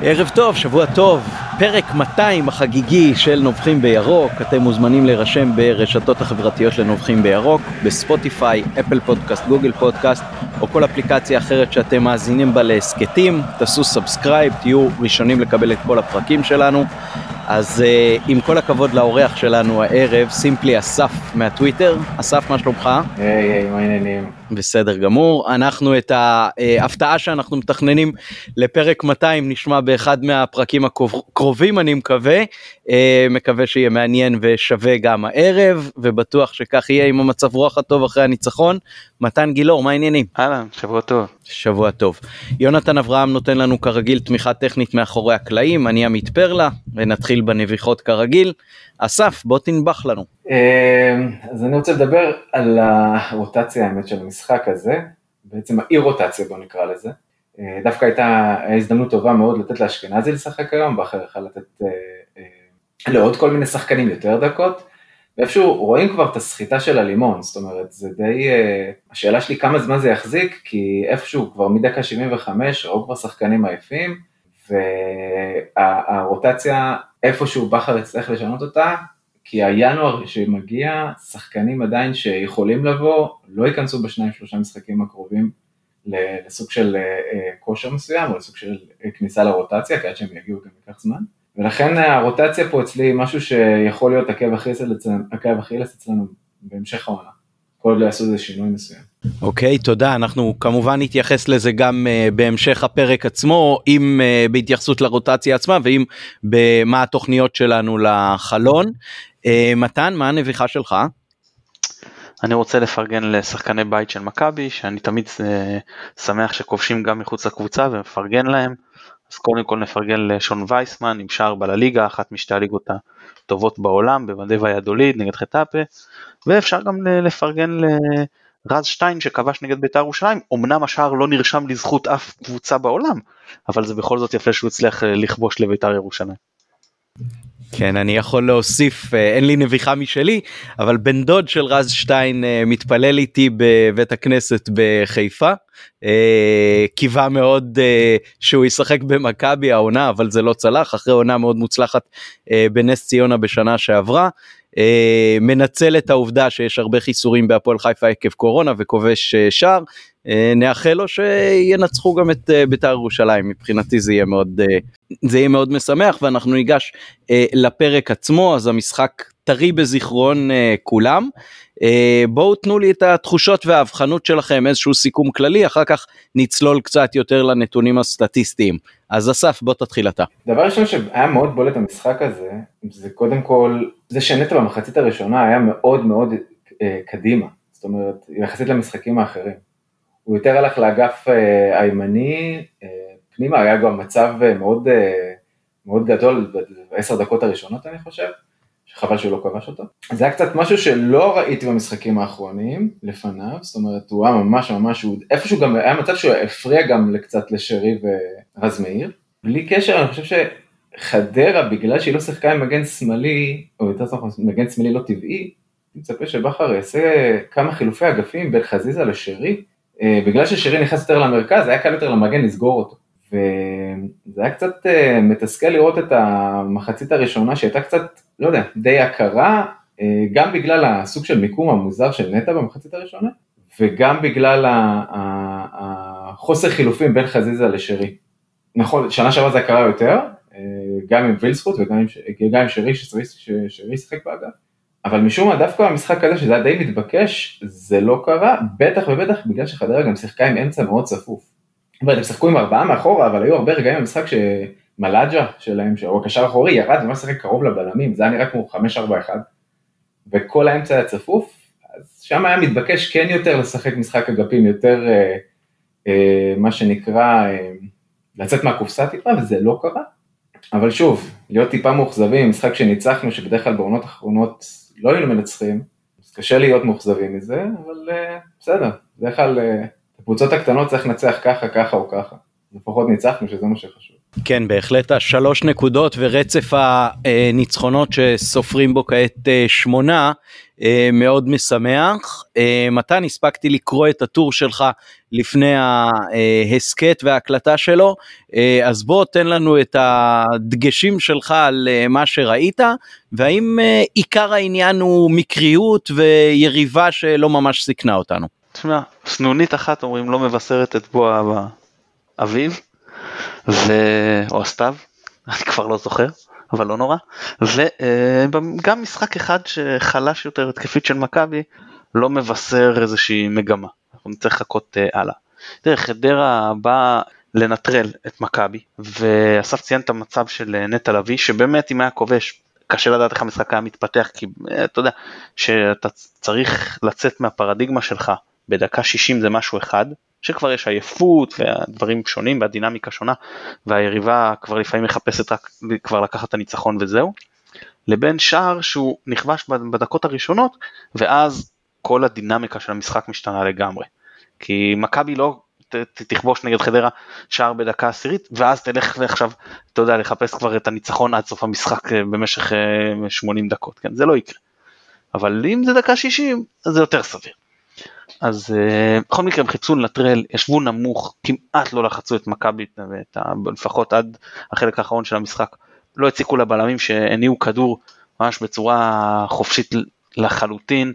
ערב טוב, שבוע טוב, פרק 200 החגיגי של נובחים בירוק. אתם מוזמנים להירשם ברשתות החברתיות לנובחים בירוק, בספוטיפיי, אפל פודקאסט, גוגל פודקאסט, או כל אפליקציה אחרת שאתם מאזינים בה להסקטים. תעשו סאבסקרייב, תהיו ראשונים לקבל את כל הפרקים שלנו. אז עם כל הכבוד לאורח שלנו הערב, סימפלי אסף מהטוויטר. אסף, מה שלומך? היי, מה העניינים? בסדר גמור. אנחנו את ההפתעה שאנחנו מתכננים לפרק 200 נשמע באחד מהפרקים הקרובים, אני מקווה שיהיה מעניין ושווה גם הערב, ובטוח שכך יהיה עם המצב רוח הטוב אחרי הניצחון. מתן גילור, מה העניינים? אהלן, שבוע טוב. שבוע טוב. יונתן אברהם נותן לנו כרגיל תמיכה טכנית מאחורי הקלעים, אני עמית פרלה, ונתחיל בנביחות כרגיל. אסף, בוא תנבח לנו. אז אני רוצה לדבר על הרוטציה האמת של המשחק הזה, בעצם האי רוטציה בוא נקרא לזה. דווקא הייתה הזדמנות טובה מאוד לתת לאשכנזי לשחק היום, ואחר יכול לתת לעוד כל מיני שחקנים יותר דקות, ואיפשהו רואים כבר את הסחיטה של הלימון, זאת אומרת, זה די, השאלה שלי כמה זמן זה יחזיק, כי איפשהו כבר מדקה 75 ראו כבר שחקנים עייפים, והרוטציה איפשהו בכר יצטרך לשנות אותה, כי הינואר שמגיע, שחקנים עדיין שיכולים לבוא, לא ייכנסו ב2-3 משחקים הקרובים לסוג של כושר מסוים, או לסוג של כניסה לרוטציה, כי עד שהם יגיעו גם ייקח זמן. ולכן הרוטציה פה אצלי משהו שיכול להיות עקב אכילס אצלנו בהמשך העונה. כל עוד לעשות איזה שינוי מסוים. אוקיי, תודה. אנחנו כמובן נתייחס לזה גם בהמשך הפרק עצמו, אם בהתייחסות לרוטציה עצמה, ואם במה התוכניות שלנו לחלון. מתן, מה הנביחה שלך? אני רוצה לפרגן לשחקני בית של מכבי, שאני תמיד שמח שכובשים גם מחוץ לקבוצה ומפרגן להם. אז קודם כל נפרגן לשון וייסמן, עם שער בלליגה, אחת משתי הליגות הטובות בעולם, במדי ויאדוליד נגד חטאפה, ואפשר גם לפרגן לרז שטיין שכבש נגד בית"ר ירושלים. אמנם השער לא נרשם לזכות אף קבוצה בעולם, אבל זה בכל זאת יפה שהוא הצליח לכבוש לבית"ר ירושלים. כן, אני יכול להוסיף, אין לי נביחה משלי, אבל בן דוד של רז שטיין מתפלל איתי בבית הכנסת בחיפה, קיווה מאוד שהוא ישחק במכבי העונה, אבל זה לא צלח, אחרי עונה מאוד מוצלחת בנס ציונה בשנה שעברה, מנצל את העובדה שיש הרבה חיסורים בהפועל חיפה עקב קורונה וכובש שער, נאחל לו שינצחו גם את בית"ר ירושלים. מבחינתי זה יהיה מאוד משמח, ואנחנו ניגש לפרק עצמו. אז המשחק טרי בזיכרון כולם, בואו תנו לי את התחושות וההבחנות שלכם, איזשהו סיכום כללי, אחר כך נצלול קצת יותר לנתונים הסטטיסטיים. אז אסף, בוא תתחיל אתה. דבר ראשון שהיה מאוד בולט המשחק הזה, זה קודם כל, זה שנטע במחצית הראשונה היה מאוד מאוד קדימה, זאת אומרת, יחסית למשחקים האחרים. הוא יותר הלך לאגף הימני, פנימה היה גם מצב מאוד, מאוד גדול, ב10 דקות הראשונות אני חושב, שחבל שהוא לא כבש אותו. זה היה קצת משהו שלא ראיתי במשחקים האחרונים לפניו, זאת אומרת, הוא היה ממש, איפשהו גם היה מצב שהוא הפריע גם קצת לשרי ורז מאיר. בלי קשר, אני חושב שחדרה, בגלל שהיא לא שיחקה עם מגן שמאלי, או יותר נכון, מגן שמאלי לא טבעי, אני מצפה שבכר יעשה כמה חילופי אגפים בין חזיזה לשרי, בגלל ששרי נכנס יותר למרכז, היה קל יותר למגן לסגור אותו. וזה היה קצת מתסכל לראות את המחצית הראשונה, שהייתה קצת, לא יודע, די הכרה, גם בגלל הסוג של מיקום המוזר של נטע במחצית הראשונה, וגם בגלל החוסר חילופים בין חזיזה לשרי. נכון, שנה שעברה זה הכרה יותר, גם עם וילסחוט וגם עם שרי, ששרי שחק באגף. אבל משום מה, דווקא המשחק הזה, שזה היה די מתבקש, זה לא קרה, בטח ובטח, בגלל שחדרה גם שיחקה עם אמצע מאוד צפוף. והם שיחקו עם 4 מאחורה, אבל היו הרבה רגעים במשחק שמלאג'ה שלהם, או הקשר האחורי, ירד וממש שחק קרוב לבלמים, זה היה נראה כמו 5-4-1, וכל האמצע היה צפוף, אז שם היה מתבקש כן יותר לשחק משחק אגפים, יותר מה שנקרא, לצאת מהקופסה טיפה, וזה לא קרה. אבל שוב, להיות טיפה מאוכזבים, משחק שניצחנו, שבדרך כלל בעונות האחרונות לא היינו מנצחים, אז קשה להיות מאוכזבים מזה, אבל בסדר, בדרך כלל הקבוצות הקטנות צריך לנצח ככה או ככה, לפחות ניצחנו שזה מה שחשוב. כן, בהחלט 3 נקודות ורצף הניצחונות שסופרים בו כעת 8 מאוד משמח. מתן, הספקתי לקרוא את הטור שלך לפני ההסקט וההקלטה שלו, אז בוא תן לנו את הדגשים שלך על מה שראית, והאם עיקר העניין הוא מקריות ויריבה שלא ממש סיכנה אותנו. תשמע, סנונית אחת אומרים לא מבשרת את בוא אביב, או הסתיו, אני כבר לא זוכר, אבל לא נורא, וגם משחק אחד שחלש יותר התקפית של מכבי, לא מבשר איזושהי מגמה, אנחנו נצטרך לחכות הלאה. תראה, חדרה באה לנטרל את מכבי, ואסף ציין את המצב של נטע לביא, שבאמת אם היה כובש, קשה לדעת איך המשחק היה מתפתח, כי אתה יודע, שאתה צריך לצאת מהפרדיגמה שלך, בדקה 60 זה משהו אחד, שכבר יש עייפות והדברים שונים והדינמיקה שונה, והיריבה כבר לפעמים מחפשת רק כבר לקחת את הניצחון וזהו, לבין שער שהוא נכבש בדקות הראשונות, ואז כל הדינמיקה של המשחק משתנה לגמרי, כי מכבי לא תכבוש נגד חדרה שער בדקה עשירית, ואז תלך עכשיו, אתה יודע, לחפש כבר את הניצחון עד סוף המשחק במשך 80 דקות, כן? זה לא יקרה, אבל אם זה דקה 60, אז זה יותר סביר. אז בכל מקרה הם חיפשו לנטרל, ישבו נמוך, כמעט לא לחצו את מכבי, לפחות עד החלק האחרון של המשחק, לא הציקו לבלמים שהניעו כדור ממש בצורה חופשית לחלוטין.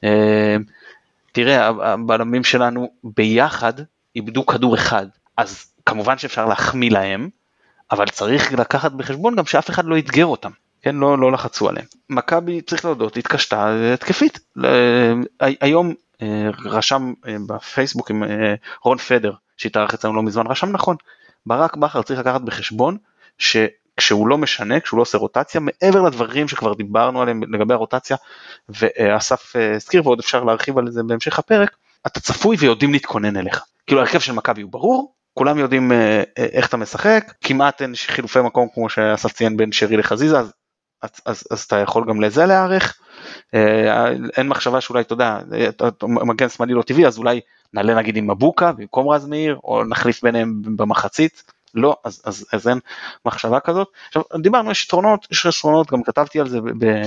תראה, הבלמים שלנו ביחד איבדו כדור אחד, אז כמובן שאפשר להחמיא להם, אבל צריך לקחת בחשבון גם שאף אחד לא יתגר אותם, כן, לא לחצו עליהם. מכבי, צריך להודות, התקשתה התקפית. היום רשם בפייסבוק עם רון פדר, שהתארח אצלנו לא מזמן, רשם נכון, ברק בכר צריך לקחת בחשבון, שכשהוא לא משנה, כשהוא לא עושה רוטציה, מעבר לדברים שכבר דיברנו עליהם לגבי הרוטציה, ואסף הזכיר, ועוד אפשר להרחיב על זה בהמשך הפרק, אתה צפוי ויודעים להתכונן אליך. כאילו הרכב של מכבי הוא ברור, כולם יודעים איך אתה משחק, כמעט אין חילופי מקום כמו שאסף ציין בין שרי לחזיזה, אז אתה יכול גם לזה להערך, אין מחשבה שאולי, אתה יודע, מגן שמאלי לא טבעי, אז אולי נעלה נגיד עם מבוקה במקום רז מאיר, או נחליף ביניהם במחצית, לא, אז אין מחשבה כזאת. עכשיו, דיברנו, יש יתרונות, גם כתבתי על זה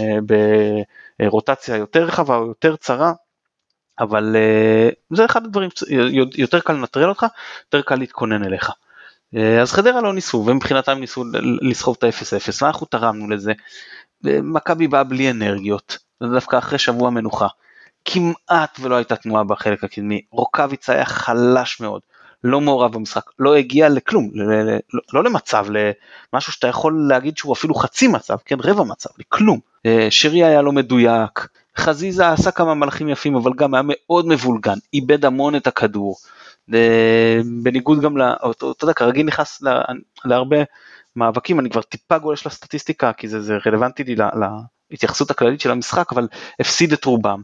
ברוטציה יותר רחבה או יותר צרה, אבל זה אחד הדברים, יותר קל לנטרל אותך, יותר קל להתכונן אליך. אז חדרה לא ניסו, ומבחינתם ניסו לסחוב את ה-0-0, ואנחנו תרמנו לזה. מכבי באה בלי אנרגיות, דווקא אחרי שבוע מנוחה, כמעט ולא הייתה תנועה בחלק הקדמי, רוקאביץ היה חלש מאוד, לא מעורב במשחק, לא הגיע לכלום, לא למצב, למשהו שאתה יכול להגיד שהוא אפילו חצי מצב, כן, רבע מצב, לכלום. שרי היה לא מדויק, חזיזה עשה כמה מלכים יפים, אבל גם היה מאוד מבולגן, איבד המון את הכדור, בניגוד גם, אתה יודע, כרגיל נכנס להרבה מאבקים, אני כבר טיפה גולש לסטטיסטיקה, כי זה רלוונטי לי להתייחסות הכללית של המשחק, אבל הפסיד את רובם.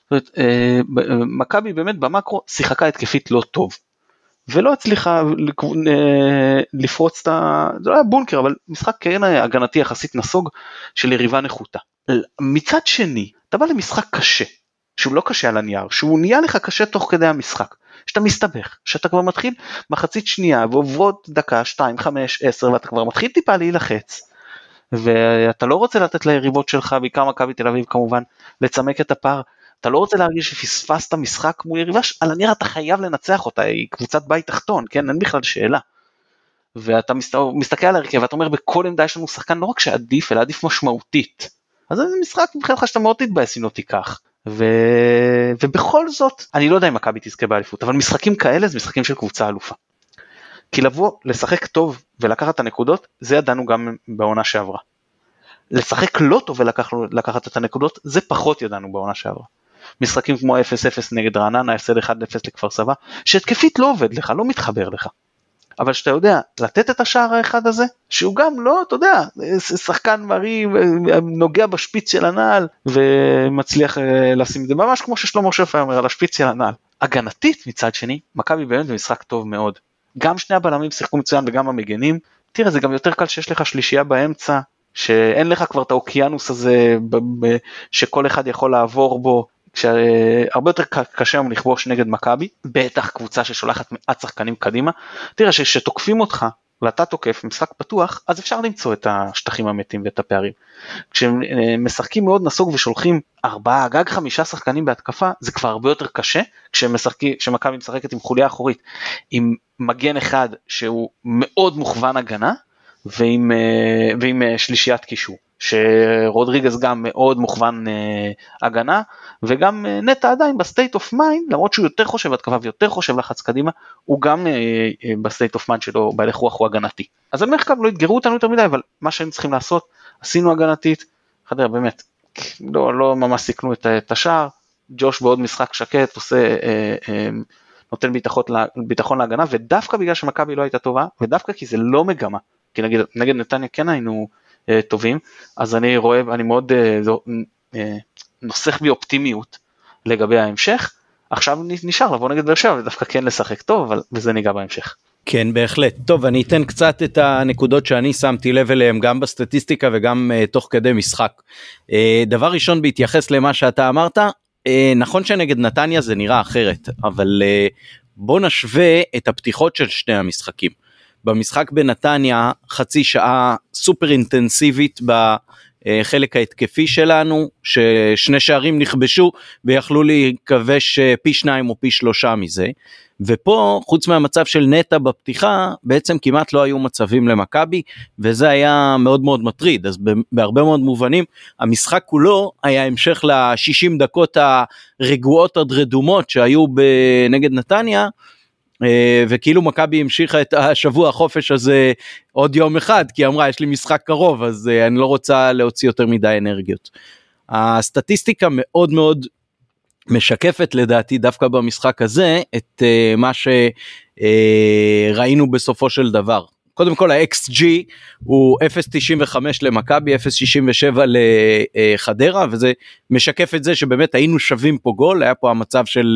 מכבי באמת במקרו שיחקה התקפית לא טוב, ולא הצליחה לפרוץ זה לא היה בונקר, אבל משחק כן הגנתי יחסית נסוג של יריבה נחותה. מצד שני, אתה בא למשחק קשה, שהוא לא קשה על הנייר, שהוא נהיה לך קשה תוך כדי המשחק, שאתה מסתבך, שאתה כבר מתחיל מחצית שנייה, ועוברות דקה, 2, 5, 10, ואתה כבר מתחיל טיפה להילחץ, ואתה לא רוצה לתת ליריבות שלך, בעיקר מכבי תל אביב כמובן, לצמק את הפער, אתה לא רוצה להרגיש שפספסת משחק מול יריבה, על הנייר אתה חייב לנצח אותה, היא קבוצת בית תחתון, כן, אין בכלל שאלה, ואתה מסתכל על הרכב, ואתה אומר, בכל עמדה יש לנו שחקן לא רק שעדיף, אלא עדיף משמעותית, אז זה משחק מבחינת לך שאתה מאוד תתבאס אם לא תיקח, ובכל זאת, אני לא יודע אם מכבי תזכה באליפות, אבל משחקים כאלה זה משחקים של קבוצה אלופה, כי לבוא, לשחק טוב ולקחת את הנקודות, זה ידענו גם בעונה שעברה, לשחק לא טוב ולקחת את הנקודות, זה פחות ידענו בעונה שעברה, משחקים כמו 0-0 נגד רעננה, 1-0 לכפר סבא, שהתקפית לא עובד לך, לא מתחבר לך, אבל שאתה יודע, לתת את השער האחד הזה, שהוא גם לא, אתה יודע, שחקן מרי, נוגע בשפיץ של הנעל, ומצליח לשים את זה, ממש כמו ששלמה שפע אומר, על השפיץ של הנעל. הגנתית מצד שני, מכבי באמת במשחק טוב מאוד. גם שני הבלמים שיחקו מצוין וגם המגנים, תראה, זה גם יותר קל שיש לך שלישייה באמצע, שאין לך כבר את האוקיינוס הזה, שכל אחד יכול לעבור בו, כשהרבה יותר קשה היום לכבוש נגד מכבי, בטח קבוצה ששולחת מעט שחקנים קדימה, תראה שתוקפים אותך, ואתה תוקף משחק פתוח, אז אפשר למצוא את השטחים המתים ואת הפערים. כשמשחקים מאוד נסוג ושולחים 4, גג 5 שחקנים בהתקפה, זה כבר הרבה יותר קשה, כשמכבי משחקת עם חוליה אחורית, עם מגן אחד שהוא מאוד מוכוון הגנה, ועם שלישיית קישור, שרודריגז גם מאוד מוכוון הגנה, וגם נטע עדיין בסטייט אוף מיינד, למרות שהוא יותר חושב התקפה ויותר חושב לחץ קדימה, הוא גם בסטייט אוף מיינד שלו, בהלך רוח הוא הגנתי. אז אני אומר כאן, לא התגרו אותנו יותר מדי, אבל מה שהם צריכים לעשות, עשינו הגנתית, חדר באמת, לא ממש סיכנו את השער, ג'וש בעוד משחק שקט, נותן ביטחון להגנה, ודווקא בגלל שמכבי לא הייתה טובה, ודווקא כי זה לא מגמה, כי נגד נתניה כן היינו טובים, אז אני רואה, אני מאוד נוסח בי אופטימיות לגבי ההמשך, עכשיו נשאר לבוא נגד באר שבע, ודווקא כן לשחק טוב, אבל בזה ניגע בהמשך. כן, בהחלט. טוב, אני אתן קצת את הנקודות שאני שמתי לב אליהם, גם בסטטיסטיקה וגם תוך כדי משחק. דבר ראשון, בהתייחס למה שאתה אמרת, נכון שנגד נתניה זה נראה אחרת, אבל בוא נשווה את הפתיחות של שני המשחקים. במשחק בנתניה, חצי שעה סופר אינטנסיבית בחלק ההתקפי שלנו, ששני שערים נכבשו ויכלו להיכבש פי 2 או פי 3 מזה, ופה חוץ מהמצב של נטע בפתיחה, בעצם כמעט לא היו מצבים למכבי, וזה היה מאוד מאוד מטריד, אז בהרבה מאוד מובנים, המשחק כולו היה המשך ל-60 דקות הרגועות הדרדומות שהיו נגד נתניה, וכאילו מכבי המשיכה את השבוע החופש הזה עוד יום אחד, כי אמרה יש לי משחק קרוב, אז אני לא רוצה להוציא יותר מדי אנרגיות. הסטטיסטיקה מאוד מאוד משקפת לדעתי דווקא במשחק הזה, את מה שראינו בסופו של דבר. קודם כל ה-XG הוא 0.95 למכבי, 0.67 לחדרה, וזה משקף את זה שבאמת היינו שווים פה גול, היה פה המצב של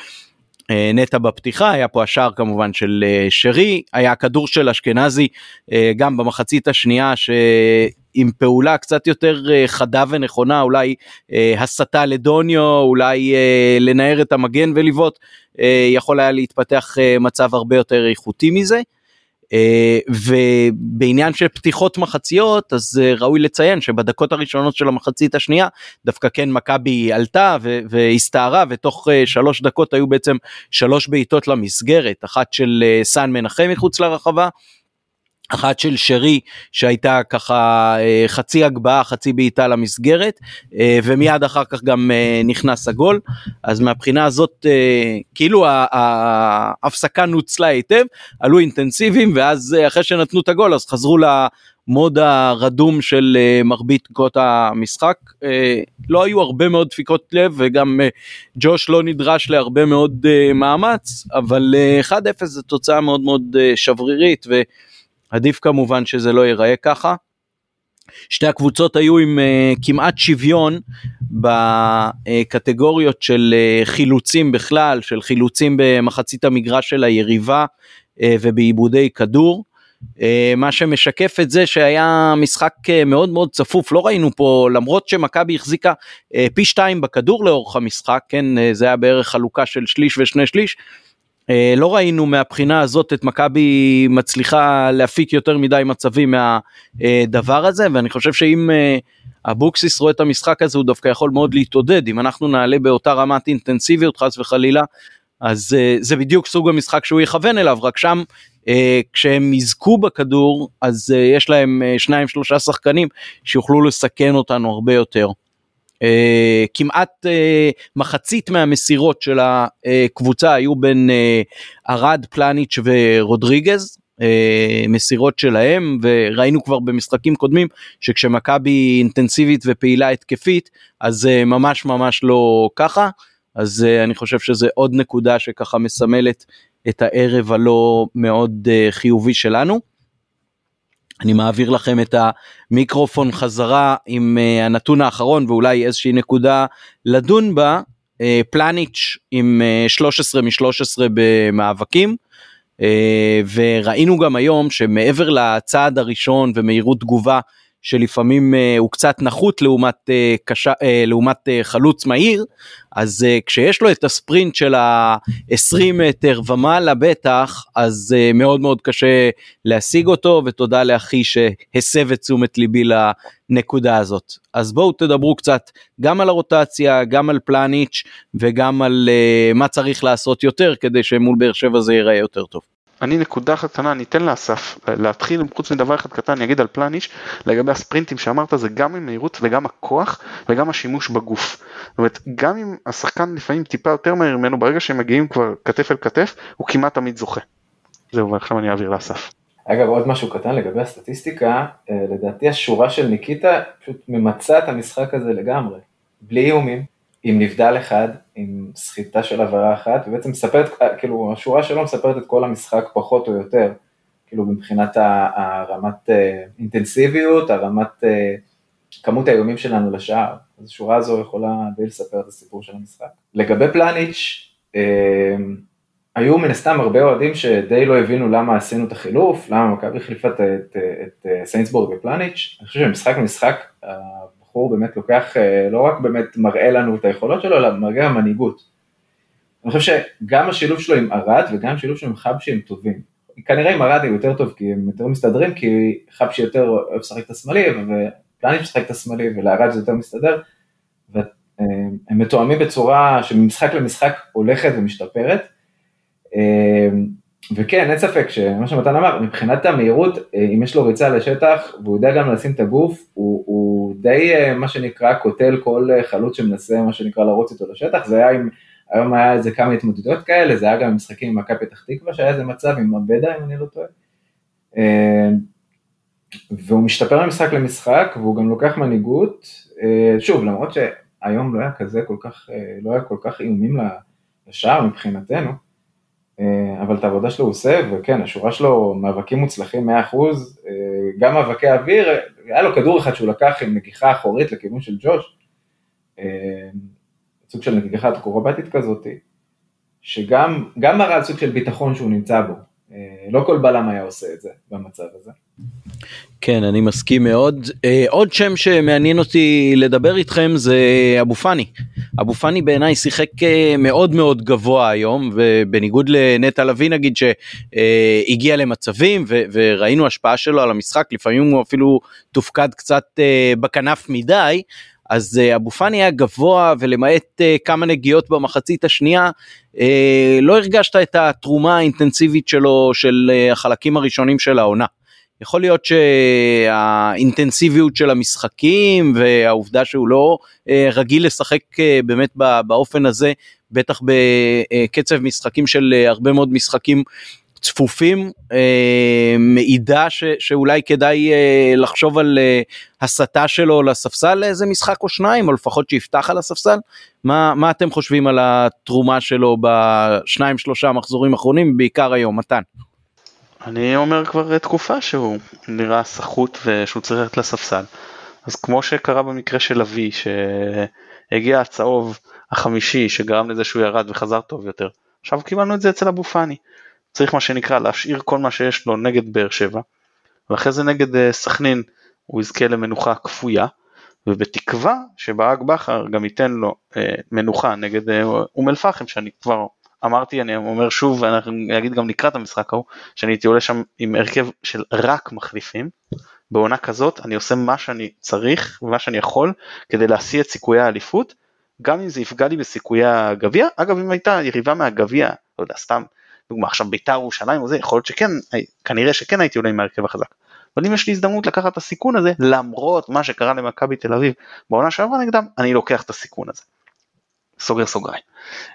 נטע בפתיחה, היה פה השער כמובן של שרי, היה הכדור של אשכנזי גם במחצית השנייה שעם פעולה קצת יותר חדה ונכונה, אולי הסתה לדוניו, אולי לנער את המגן ולבעוט, יכול היה להתפתח מצב הרבה יותר איכותי מזה. ובעניין של פתיחות מחציות, אז ראוי לציין שבדקות הראשונות של המחצית השנייה, דווקא כן מכבי עלתה והסתערה, ותוך 3 דקות היו בעצם 3 בעיטות למסגרת, אחת של סן מנחם מחוץ לרחבה, אחת של שרי שהייתה ככה חצי הגבהה, חצי בעיטה למסגרת, ומיד אחר כך גם נכנס הגול. אז מהבחינה הזאת כאילו ההפסקה נוצלה היטב, עלו אינטנסיביים, ואז אחרי שנתנו את הגול אז חזרו למוד הרדום של מרבית דקות המשחק. לא היו הרבה מאוד דפיקות לב, וגם ג'וש לא נדרש להרבה מאוד מאמץ, אבל 1-0 זו תוצאה מאוד מאוד שברירית, עדיף כמובן שזה לא ייראה ככה. שתי הקבוצות היו עם כמעט שוויון בקטגוריות של חילוצים בכלל, של חילוצים במחצית המגרש של היריבה ובעיבודי כדור, מה שמשקף את זה שהיה משחק מאוד מאוד צפוף. לא ראינו פה, למרות שמכבי החזיקה פי 2 בכדור לאורך המשחק, כן, זה היה בערך חלוקה של שליש ושני שליש, לא ראינו מהבחינה הזאת את מכבי מצליחה להפיק יותר מדי מצבים מהדבר הזה, ואני חושב שאם אבוקסיס רואה את המשחק הזה, הוא דווקא יכול מאוד להתעודד, אם אנחנו נעלה באותה רמת אינטנסיביות חס וחלילה, אז זה בדיוק סוג המשחק שהוא יכוון אליו, רק שם כשהם יזכו בכדור, אז יש להם 2-3 שחקנים שיוכלו לסכן אותנו הרבה יותר. כמעט מחצית מהמסירות של הקבוצה היו בין ארד, פלניץ' ורודריגז, מסירות שלהם, וראינו כבר במשחקים קודמים שכשמכבי אינטנסיבית ופעילה התקפית, אז ממש ממש לא ככה. אז אני חושב שזה עוד נקודה שככה מסמלת את הערב הלא מאוד חיובי שלנו. אני מעביר לכם את המיקרופון חזרה עם הנתון האחרון, ואולי איזושהי נקודה לדון בה. פלניץ' עם 13 מ-13 במאבקים, וראינו גם היום שמעבר לצעד הראשון ומהירות תגובה שלפעמים הוא קצת נחות לעומת חלוץ מהיר, אז כשיש לו את הספרינט של ה-20 מטר ומעלה בטח, אז מאוד מאוד קשה להשיג אותו, ותודה לאחי שהסב את תשומת ליבי לנקודה הזאת. אז בואו תדברו קצת גם על הרוטציה, גם על פלניץ' וגם על מה צריך לעשות יותר, כדי שמול באר שבע זה ייראה יותר טוב. אני נקודה אחת קטנה, אני אתן לאסף להתחיל, חוץ מדבר אחד קטן, אני אגיד על פלניץ' לגבי הספרינטים שאמרת, זה גם המהירות וגם הכוח וגם השימוש בגוף. זאת אומרת, גם אם השחקן לפעמים טיפה יותר מהיר ממנו, ברגע שהם מגיעים כבר כתף אל כתף, הוא כמעט תמיד זוכה. זהו, ועכשיו אני אעביר לאסף. אגב, עוד משהו קטן לגבי הסטטיסטיקה, לדעתי השורה של ניקיטה פשוט ממצה את המשחק הזה לגמרי, בלי איומים, עם נבדל אחד, עם סחיטה של עברה אחת, ובעצם מספרת, כאילו השורה שלו מספרת את כל המשחק פחות או יותר, כאילו מבחינת הרמת אינטנסיביות, הרמת כמות האיומים שלנו לשער, אז השורה הזו יכולה די לספר את הסיפור של המשחק. לגבי פלניץ', היו מן הסתם הרבה אוהדים שדי לא הבינו למה עשינו את החילוף, למה מכבי החליפה את סיינסבורג ופלניץ', אני חושב שמשחק למשחק, הבחור באמת לוקח, לא רק באמת מראה לנו את היכולות שלו, אלא מראה המנהיגות. אני חושב שגם השילוב שלו עם ארד, וגם השילוב שלו עם חבשי הם טובים. כנראה עם ארד הוא יותר טוב, כי הם יותר מסתדרים, כי חבשי יותר אוהב לשחק את השמאלי, ופלניץ' משחק את השמאלי, ולארד זה יותר מסתדר, והם מתואמים בצורה שממשחק למשחק הולכת ומשתפרת, וכן, אין ספק שמה שמתן אמר, מבחינת המהירות, אם יש לו ריצה לשטח, והוא יודע גם לשים את הגוף, הוא די מה שנקרא קוטל כל חלוץ שמנסה מה שנקרא לרוץ איתו לשטח, זה היה היום היה איזה כמה התמודדות כאלה, זה היה גם משחקים עם מכבי פתח תקווה, שהיה איזה מצב עם מבדה, אם אני לא טועה, והוא משתפר ממשחק למשחק, והוא גם לוקח מנהיגות, שוב, למרות שהיום לא היה כזה כל כך, לא היה כל כך איומים לשער מבחינתנו, אבל את העבודה שלו הוא עושה, וכן, השורה שלו מאבקים מוצלחים 100%, גם מאבקי אוויר, היה לו כדור אחד שהוא לקח עם נגיחה אחורית לכיוון של ג'וש, סוג של נגיחה אקרובטית כזאת, שגם מראה על סוג של ביטחון שהוא נמצא בו, לא כל בלם היה עושה את זה במצב הזה. כן, אני מסכים מאוד. עוד שם שמעניין אותי לדבר איתכם זה אבו פאני. אבו פאני בעיניי שיחק מאוד מאוד גבוה היום, ובניגוד לנטע לביא נגיד שהגיע למצבים, וראינו השפעה שלו על המשחק, לפעמים הוא אפילו תופקד קצת בכנף מדי, אז אבו פאני היה גבוה, ולמעט כמה נגיעות במחצית השנייה, לא הרגשת את התרומה האינטנסיבית שלו של החלקים הראשונים של העונה. יכול להיות שהאינטנסיביות של המשחקים, והעובדה שהוא לא רגיל לשחק באמת באופן הזה, בטח בקצב משחקים של הרבה מאוד משחקים צפופים, מעידה שאולי כדאי לחשוב על הסתה שלו לספסל לאיזה משחק או שניים, או לפחות שיפתח על הספסל. מה אתם חושבים על התרומה שלו בשניים שלושה מחזורים האחרונים, בעיקר היום, מתן? אני אומר כבר תקופה שהוא נראה סחוט ושהוא צריך ללכת לספסל. אז כמו שקרה במקרה של לביא, שהגיע הצהוב החמישי שגרם לזה שהוא ירד וחזר טוב יותר. עכשיו קיבלנו את זה אצל אבו פאני. צריך מה שנקרא להשאיר כל מה שיש לו נגד באר שבע, ואחרי זה נגד סכנין הוא יזכה למנוחה כפויה, ובתקווה שברק בכר גם ייתן לו מנוחה נגד אום אל פחם, שאני כבר אמרתי, אני אומר שוב, ואני אגיד גם לקראת המשחק ההוא, שאני הייתי עולה שם עם הרכב של רק מחליפים, בעונה כזאת אני עושה מה שאני צריך ומה שאני יכול, כדי להשיא את סיכויי האליפות, גם אם זה יפגע לי בסיכויי הגביע. אגב, אם הייתה יריבה מהגביע, לא יודע, סתם דוגמה, עכשיו ביתר ירושלים או זה, יכול להיות שכן, כנראה שכן הייתי עולה עם ההרכב החזק, אבל אם יש לי הזדמנות לקחת את הסיכון הזה, למרות מה שקרה למכבי תל אביב בעונה שעברה נגדם, אני לוקח את הסיכון הזה, סוגר סוגריים.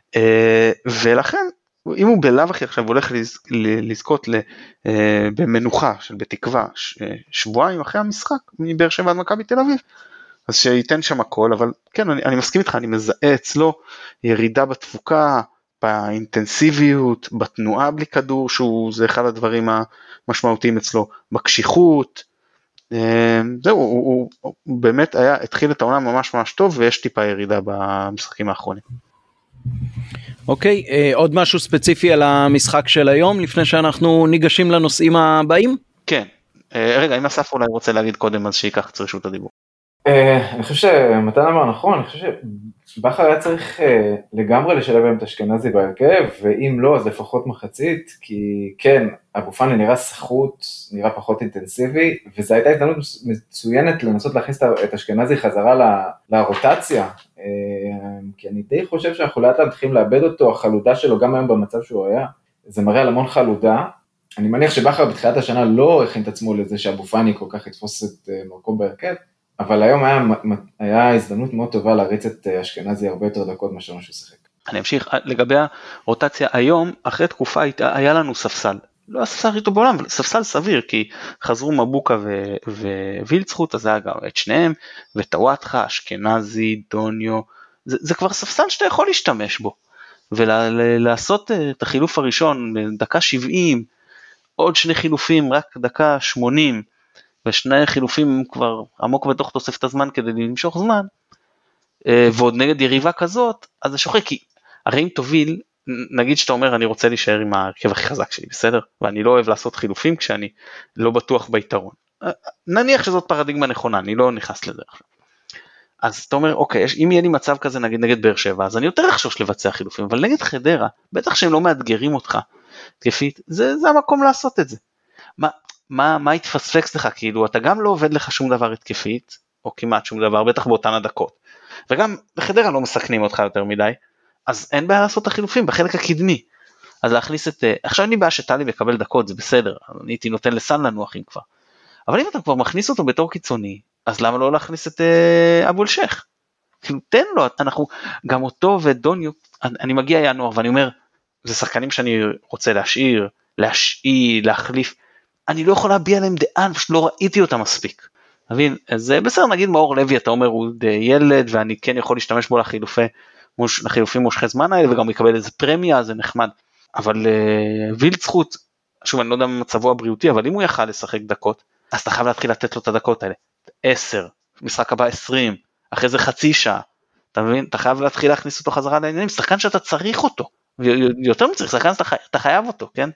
ולכן, אם הוא בלאו הכי עכשיו הולך לזכות במנוחה של בתקווה, שבועיים אחרי המשחק, מבאר שבע עד מכבי תל אביב, אז שייתן שם הכל, אבל כן, אני מסכים איתך, אני מזהה אצלו ירידה בתפוקה, באינטנסיביות, בתנועה בלי כדור, זה אחד הדברים המשמעותיים אצלו, בקשיחות, זהו, הוא באמת התחיל את העונה ממש ממש טוב, ויש טיפה ירידה במשחקים האחרונים. אוקיי, עוד משהו ספציפי על המשחק של היום, לפני שאנחנו ניגשים לנושאים הבאים? כן, רגע, אם אסף אולי רוצה להגיד קודם, אז שיקח את רשות הדיבור. אני חושב שמתן אמר נכון, אני חושב שבכר היה צריך לגמרי לשלב עם את אשכנזי בהרכב, ואם לא, אז לפחות מחצית, כי כן, אבו פאני נראה סחוט, נראה פחות אינטנסיבי, וזו הייתה הזדמנות מצוינת לנסות להכניס את אשכנזי חזרה לרוטציה, כי אני די חושב שאנחנו לאט לאט מתחילים לאבד אותו, החלודה שלו גם היום במצב שהוא היה, זה מראה על המון חלודה, אני מניח שבכר בתחילת השנה לא הכין את עצמו לזה שאבו פאני כל כך יתפוס את מקום בהרכב, אבל היום היה הזדמנות מאוד טובה להריץ את אשכנזי הרבה יותר דקות מאשר שהוא שיחק. אני אמשיך, לגבי הרוטציה היום, אחרי תקופה היה לנו ספסל, לא הספסל הכי טוב בעולם, אבל ספסל סביר, כי חזרו מבוקה ווילצחוט, אז היה גם את שניהם, וטוואטחה, אשכנזי, דוניו, זה כבר ספסל שאתה יכול להשתמש בו, ולעשות את החילוף הראשון, דקה 70, עוד שני חילופים, רק דקה 80, ושני חילופים כבר עמוק בתוך תוספת הזמן כדי למשוך זמן, ועוד נגד יריבה כזאת, אז זה שוחק, כי הרי אם תוביל, נגיד שאתה אומר אני רוצה להישאר עם ההרכב הכי חזק שלי, בסדר? ואני לא אוהב לעשות חילופים כשאני לא בטוח ביתרון. נניח שזאת פרדיגמה נכונה, אני לא נכנס לזה עכשיו. אז אתה אומר, אוקיי, אם יהיה לי מצב כזה נגד באר שבע, אז אני יותר אחשוש לבצע חילופים, אבל נגד חדרה, בטח שהם לא מאתגרים אותך, תקפית, זה המקום לעשות את זה. מה התפספקס לך? כאילו, אתה גם לא עובד לך שום דבר התקפית, או כמעט שום דבר, בטח באותן הדקות. וגם בחדרה לא מסכנים אותך יותר מדי, אז אין בעיה לעשות את החילופים בחלק הקדמי. אז להכניס את, עכשיו אני בעיה שטלי מקבל דקות, זה בסדר, אני הייתי נותן לסן לנוח אם כבר. אבל אם אתה כבר מכניס אותו בתור קיצוני, אז למה לא להכניס את אבו אל-שייח? כאילו, תן לו, אנחנו, גם אותו ודוניו, אני מגיע ינואר ואני אומר, זה שחקנים שאני רוצה להשאיר, להחליף, אני לא יכול להביע להם דעה, פשוט לא ראיתי אותם מספיק. מבין? אז בסדר, נגיד מאור לוי, אתה אומר, הוא ילד, ואני כן יכול להשתמש בו לחילופים מושכי זמן האלה, וגם יקבל איזה פרמיה, זה נחמד. אבל וילצחוט, שוב, אני לא יודע מצבו הבריאותי, אבל אם הוא יכל לשחק דקות, אז אתה חייב להתחיל לתת לו את הדקות האלה. 10, משחק הבא 20, אחרי זה חצי שעה. אתה מבין? אתה חייב להתחיל להכניס אותו חזרה לעניינים, שחקן שאתה צריך אותו. ויותר מצריך, שחקן שאתה חייב אותו, כן?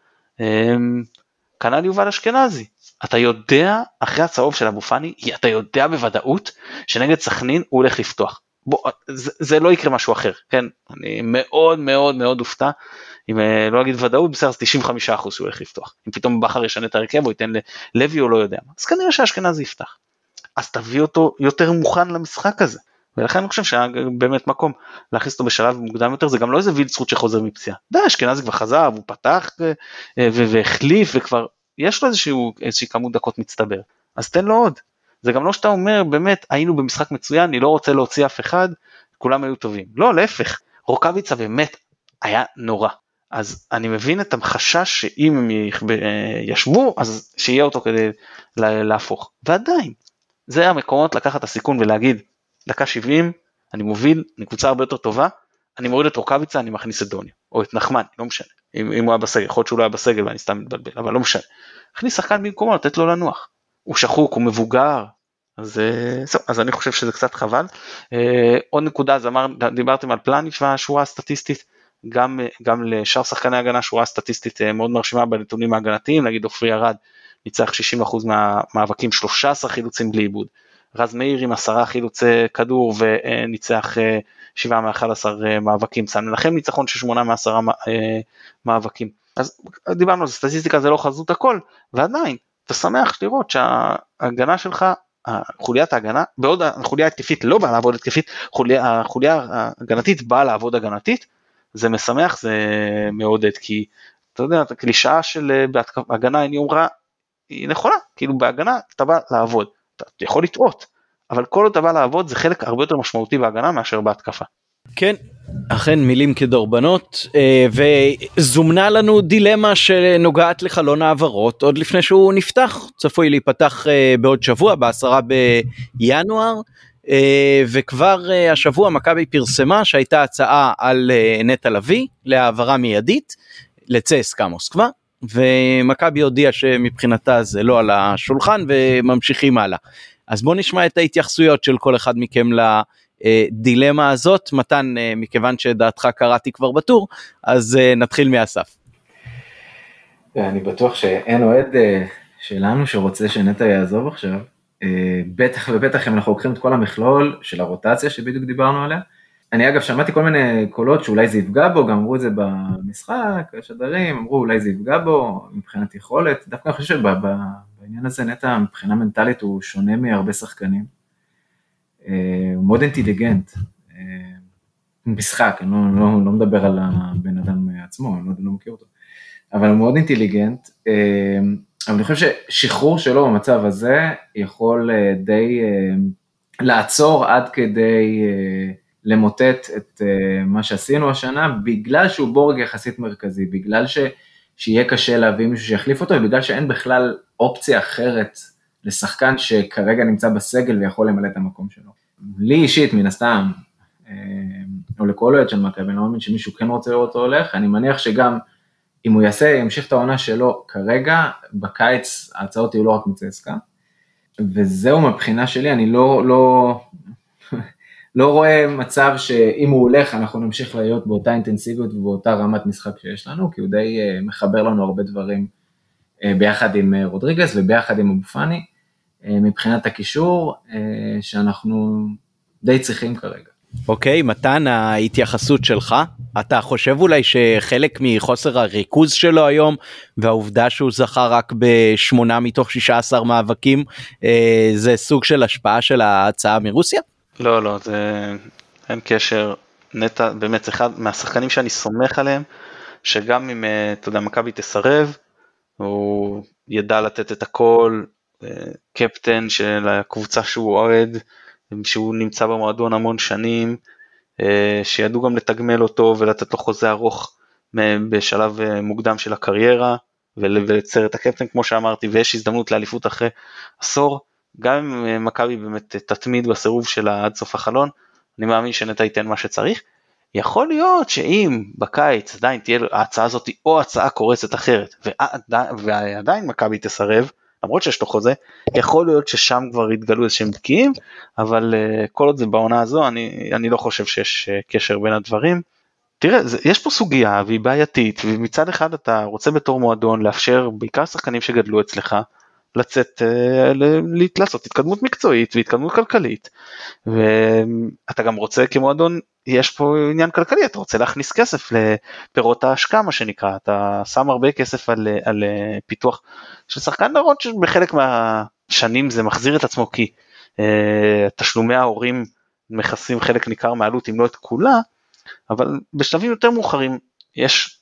כנ"ל יובל אשכנזי, אתה יודע, אחרי הצהוב של אבו פאני, אתה יודע בוודאות, שנגד סכנין הוא הולך לפתוח, זה לא יקרה משהו אחר, כן, אני מאוד מאוד מאוד הופתע, אם לא אגיד ודאות, בסדר, אז 95% שהוא הולך לפתוח, אם פתאום בכר ישנה את הרכב, הוא ייתן ללוי או לא יודע מה, אז כנראה שאשכנזי יפתח, אז תביא אותו יותר מוכן למשחק הזה, ולכן אני חושב שהיה באמת מקום להכניס אותו בשלב מוקדם יותר, זה גם לא איזה וילצחוט שחוזר מפציעה, אשכנזי כבר חזר, הוא פתח והחליף, וכבר יש לו איזושהי כמות דקות מצטבר, אז תן לו עוד, זה גם לא שאתה אומר, באמת היינו במשחק מצוין, אני לא רוצה להוציא אף אחד, כולם היו טובים, לא, להפך, רוקאביצה באמת היה נורא, אז אני מבין את החשש שאם הם ישבו, אז שיהיה אותו כדי להפוך, ועדיין, זה המקומות לקחת את הסיכון ולהגיד, דקה 70, אני מוביל, אני קבוצה הרבה יותר טובה, אני מוריד את רוקאביצה, אני מכניס את דוניו, או את נחמן, לא משנה, אם הוא היה בסגל, יכול להיות שהוא לא היה בסגל, ואני סתם מתבלבל, אבל לא משנה, הכניס שחקן במקומו, לתת לו לנוח, הוא שחוק, הוא מבוגר, אז אני חושב שזה קצת חבל. עוד נקודה, אז דיברתם על פלניץ' והשורה הסטטיסטית, גם לשאר שחקני הגנה, שורה סטטיסטית מאוד מרשימה בנתונים ההגנתיים, נגיד עופרי ארד, ניצח 60% מהמאבקים, 13 חילוצים בלי עיבוד, רז מאיר עם 10 חילוצי כדור, וניצח 7 מ-11 מאבקים, סן מנחם ניצחון של 8 מ-10 מאבקים, אז דיברנו על זה, סטטיסטיקה זה לא חזות הכל, ועדיין, אתה שמח לראות שההגנה שלך, חוליית ההגנה, בעוד החוליה התקפית לא באה לעבוד התקפית, החוליה ההגנתית באה לעבוד הגנתית, זה משמח, זה מעודד, כי אתה יודע, הקלישאה של בהגנה אין יום רע, היא נכונה, כאילו בהגנה אתה בא לעבוד, אתה יכול לטעות, אבל כל עוד אתה בא לעבוד זה חלק הרבה יותר משמעותי בהגנה מאשר בהתקפה. כן, אכן מילים כדורבנות, וזומנה לנו דילמה שנוגעת לחלון העברות, עוד לפני שהוא נפתח, צפוי להיפתח בעוד שבוע, ב10 בינואר, וכבר השבוע מכבי פרסמה שהייתה הצעה על נטע לביא, להעברה מיידית, לצסקה מוסקבה, ומכבי הודיעה שמבחינתה זה לא על השולחן, וממשיכים הלאה. אז בואו נשמע את ההתייחסויות של כל אחד מכם לדילמה הזאת. מתן, מכיוון שדעתך קראתי כבר בטור, אז נתחיל מאסף. אני בטוח שאין אוהד שלנו שרוצה שנטע יעזוב עכשיו, בטח ובטח אם אנחנו לוקחים את כל המכלול של הרוטציה שבדיוק דיברנו עליה. אני אגב שמעתי כל מיני קולות שאולי זה יפגע בו, גם אמרו את זה במשחק, השדרים, אמרו אולי זה יפגע בו מבחינת יכולת, דווקא אני חושב שבעניין הזה נטע מבחינה מנטלית הוא שונה מהרבה שחקנים, הוא מאוד אינטליגנט, משחק, אני לא מדבר על הבן אדם עצמו, אני לא מכיר אותו, אבל הוא מאוד אינטליגנט, אבל אני חושב ששחרור שלו במצב הזה יכול די לעצור עד כדי למוטט את מה שעשינו השנה, בגלל שהוא בורג יחסית מרכזי, בגלל שיהיה קשה להביא מישהו שיחליף אותו, ובגלל שאין בכלל אופציה אחרת לשחקן שכרגע נמצא בסגל ויכול למלא את המקום שלו. לי אישית מן הסתם, או לכל אוהד של מכבי, אני לא מאמין שמישהו כן רוצה לראות אותו הולך, אני מניח שגם אם הוא ימשיך את העונה שלו כרגע, בקיץ ההצעות יהיו לא רק מצסקה, וזהו מבחינה שלי, אני לא רואה מצב שאם הוא הולך, אנחנו נמשיך להיות באותה אינטנסיביות ובאותה רמת משחק שיש לנו, כי הוא די מחבר לנו הרבה דברים ביחד עם רודריגס וביחד עם אבו פאני, מבחינת הקישור שאנחנו די צריכים כרגע. אוקיי, מתן, ההתייחסות שלך, אתה חושב אולי שחלק מחוסר הריכוז שלו היום, והעובדה שהוא זכה רק ב8 מתוך 16 מאבקים, זה סוג של השפעה של ההצעה מרוסיה? לא, זה אין קשר, נטע באמת אחד מהשחקנים שאני סומך עליהם, שגם אם, אתה יודע, מכבי תסרב, הוא ידע לתת את הכל, קפטן של הקבוצה שהוא אוהד, שהוא נמצא במועדון המון שנים, שידעו גם לתגמל אותו ולתת לו חוזה ארוך בשלב מוקדם של הקריירה, ולצייר את הקפטן כמו שאמרתי, ויש הזדמנות לאליפות אחרי עשור, גם אם מכבי באמת תתמיד בסירוב שלה עד סוף החלון, אני מאמין שנטע ייתן מה שצריך. יכול להיות שאם בקיץ עדיין תהיה ההצעה הזאת או הצעה קורסת אחרת, ועדיין מכבי תסרב, למרות שיש לו חוזה, יכול להיות ששם כבר יתגלו איזשהם בקיעים, אבל כל עוד זה בעונה הזו, אני לא חושב שיש קשר בין הדברים. תראה, יש פה סוגיה והיא בעייתית, ומצד אחד אתה רוצה בתור מועדון לאפשר בעיקר שחקנים שגדלו אצלך, לצאת, לעשות התקדמות מקצועית והתקדמות כלכלית, ואתה גם רוצה כמועדון, יש פה עניין כלכלי, אתה רוצה להכניס כסף לפירות ההשקעה, מה שנקרא, אתה שם הרבה כסף על פיתוח של שחקן, למרות שבחלק מהשנים זה מחזיר את עצמו, כי תשלומי ההורים מכסים חלק ניכר מעלות, אם לא את כולה, אבל בשלבים יותר מאוחרים יש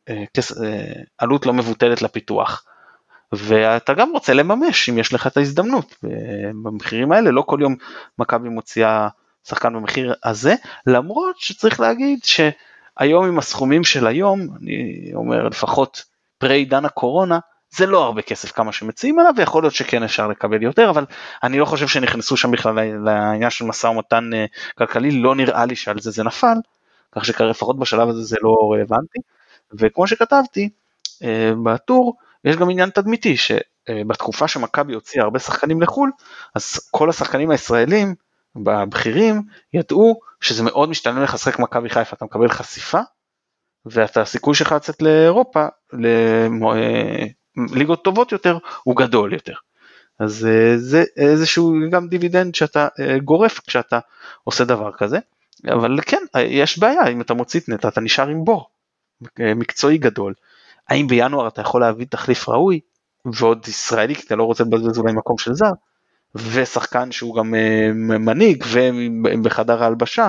עלות לא מבוטלת לפיתוח, ואתה גם רוצה לממש אם יש לך את ההזדמנות במחירים האלה, לא כל יום מכבי מוציאה שחקן במחיר הזה, למרות שצריך להגיד שהיום עם הסכומים של היום, אני אומר לפחות פרי עידן הקורונה, זה לא הרבה כסף כמה שמציעים עליו, ויכול להיות שכן אפשר לקבל יותר, אבל אני לא חושב שנכנסו שם בכלל לעניין של משא ומתן כלכלי, לא נראה לי שעל זה נפל, כך שלפחות בשלב הזה זה לא רלוונטי, וכמו שכתבתי בטור, יש גם עניין תדמיתי, שבתקופה שמכבי הוציאה הרבה שחקנים לחול, אז כל השחקנים הישראלים, בבחירים, ידעו שזה מאוד משתלם לך לשחק מכבי חיפה, אתה מקבל חשיפה, ואתה הסיכוי שלך לצאת לאירופה, לליגות טובות יותר, הוא גדול יותר. אז זה איזשהו גם דיבידנד שאתה גורף, כשאתה עושה דבר כזה, אבל כן, יש בעיה, אם אתה מוציא את נטע, אתה נשאר עם בור, מקצועי גדול, האם בינואר אתה יכול להביא תחליף ראוי, ועוד ישראלי, כי אתה לא רוצה לבזבז אולי מקום של זר, ושחקן שהוא גם מנהיג, ובחדר ההלבשה,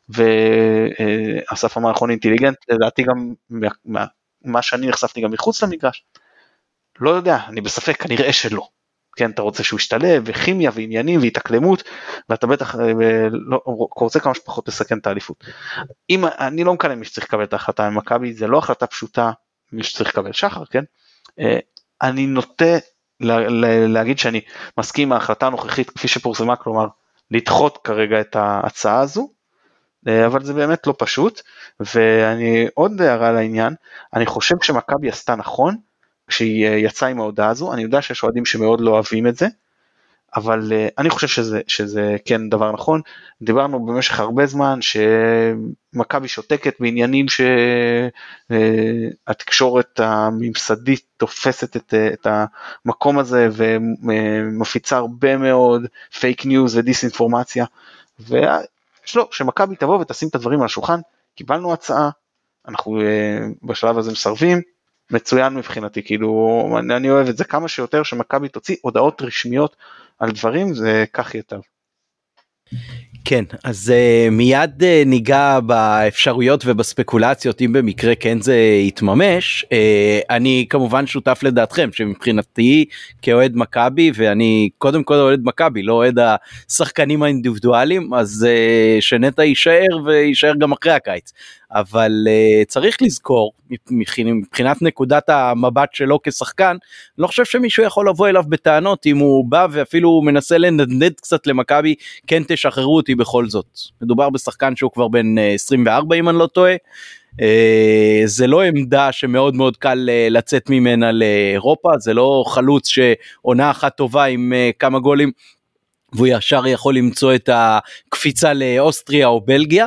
ואסף המערכון אינטליגנט, לדעתי גם, מה שאני נחשפתי גם מחוץ למגרש, לא יודע, אני בספק, כנראה שלא, כן, אתה רוצה שהוא ישתלב, וכימיה, ועניינים, והתאקלמות, ואתה בטח רוצה כמה שפחות לסכן את האליפות. אני לא מקדם מי שצריך לקבל את ההחלטה ממכבי, זה לא החלטה פשוטה, מי שצריך לקבל שחר, כן? אני נוטה להגיד שאני מסכים עם ההחלטה הנוכחית כפי שפורסמה, כלומר, לדחות כרגע את ההצעה הזו, אבל זה באמת לא פשוט, ואני עוד הערה לעניין, אני חושב שמכבי עשתה נכון, כשהיא יצאה עם ההודעה הזו, אני יודע שיש אוהדים שמאוד לא אוהבים את זה, אבל אני חושב שזה כן דבר נכון. דיברנו במשך הרבה זמן שמכבי שותקת בעניינים שהתקשורת הממסדית תופסת את המקום הזה ומפיצה הרבה מאוד פייק ניוז ודיסאינפורמציה, ושלא, שמכבי תבוא ותשים את הדברים על השולחן. קיבלנו הצעה, אנחנו בשלב הזה מסרבים, מצוין מבחינתי, כאילו אני אוהב את זה כמה שיותר, שמכבי תוציא הודעות רשמיות על דברים, זה כך ייטב. כן, אז מיד ניגע באפשרויות ובספקולציות אם במקרה כן זה יתממש. אני כמובן שותף לדעתכם שמבחינתי כאוהד מכבי, ואני קודם כל אוהד מכבי, לא אוהד השחקנים האינדיבידואליים, אז שנטע יישאר ויישאר גם אחרי הקיץ. אבל צריך לזכור, מבחינת נקודת המבט שלו כשחקן, לא חושב שמישהו יכול לבוא אליו בטענות אם הוא בא ואפילו מנסה לנדנד קצת למכבי, כן תשחררו אותי בכל זאת. מדובר בשחקן שהוא כבר בן 24 אם אני לא טועה, זה לא עמדה שמאוד מאוד קל לצאת ממנה לאירופה, זה לא חלוץ שעונה אחת טובה עם כמה גולים, והוא ישר יכול למצוא את הקפיצה לאוסטריה או בלגיה,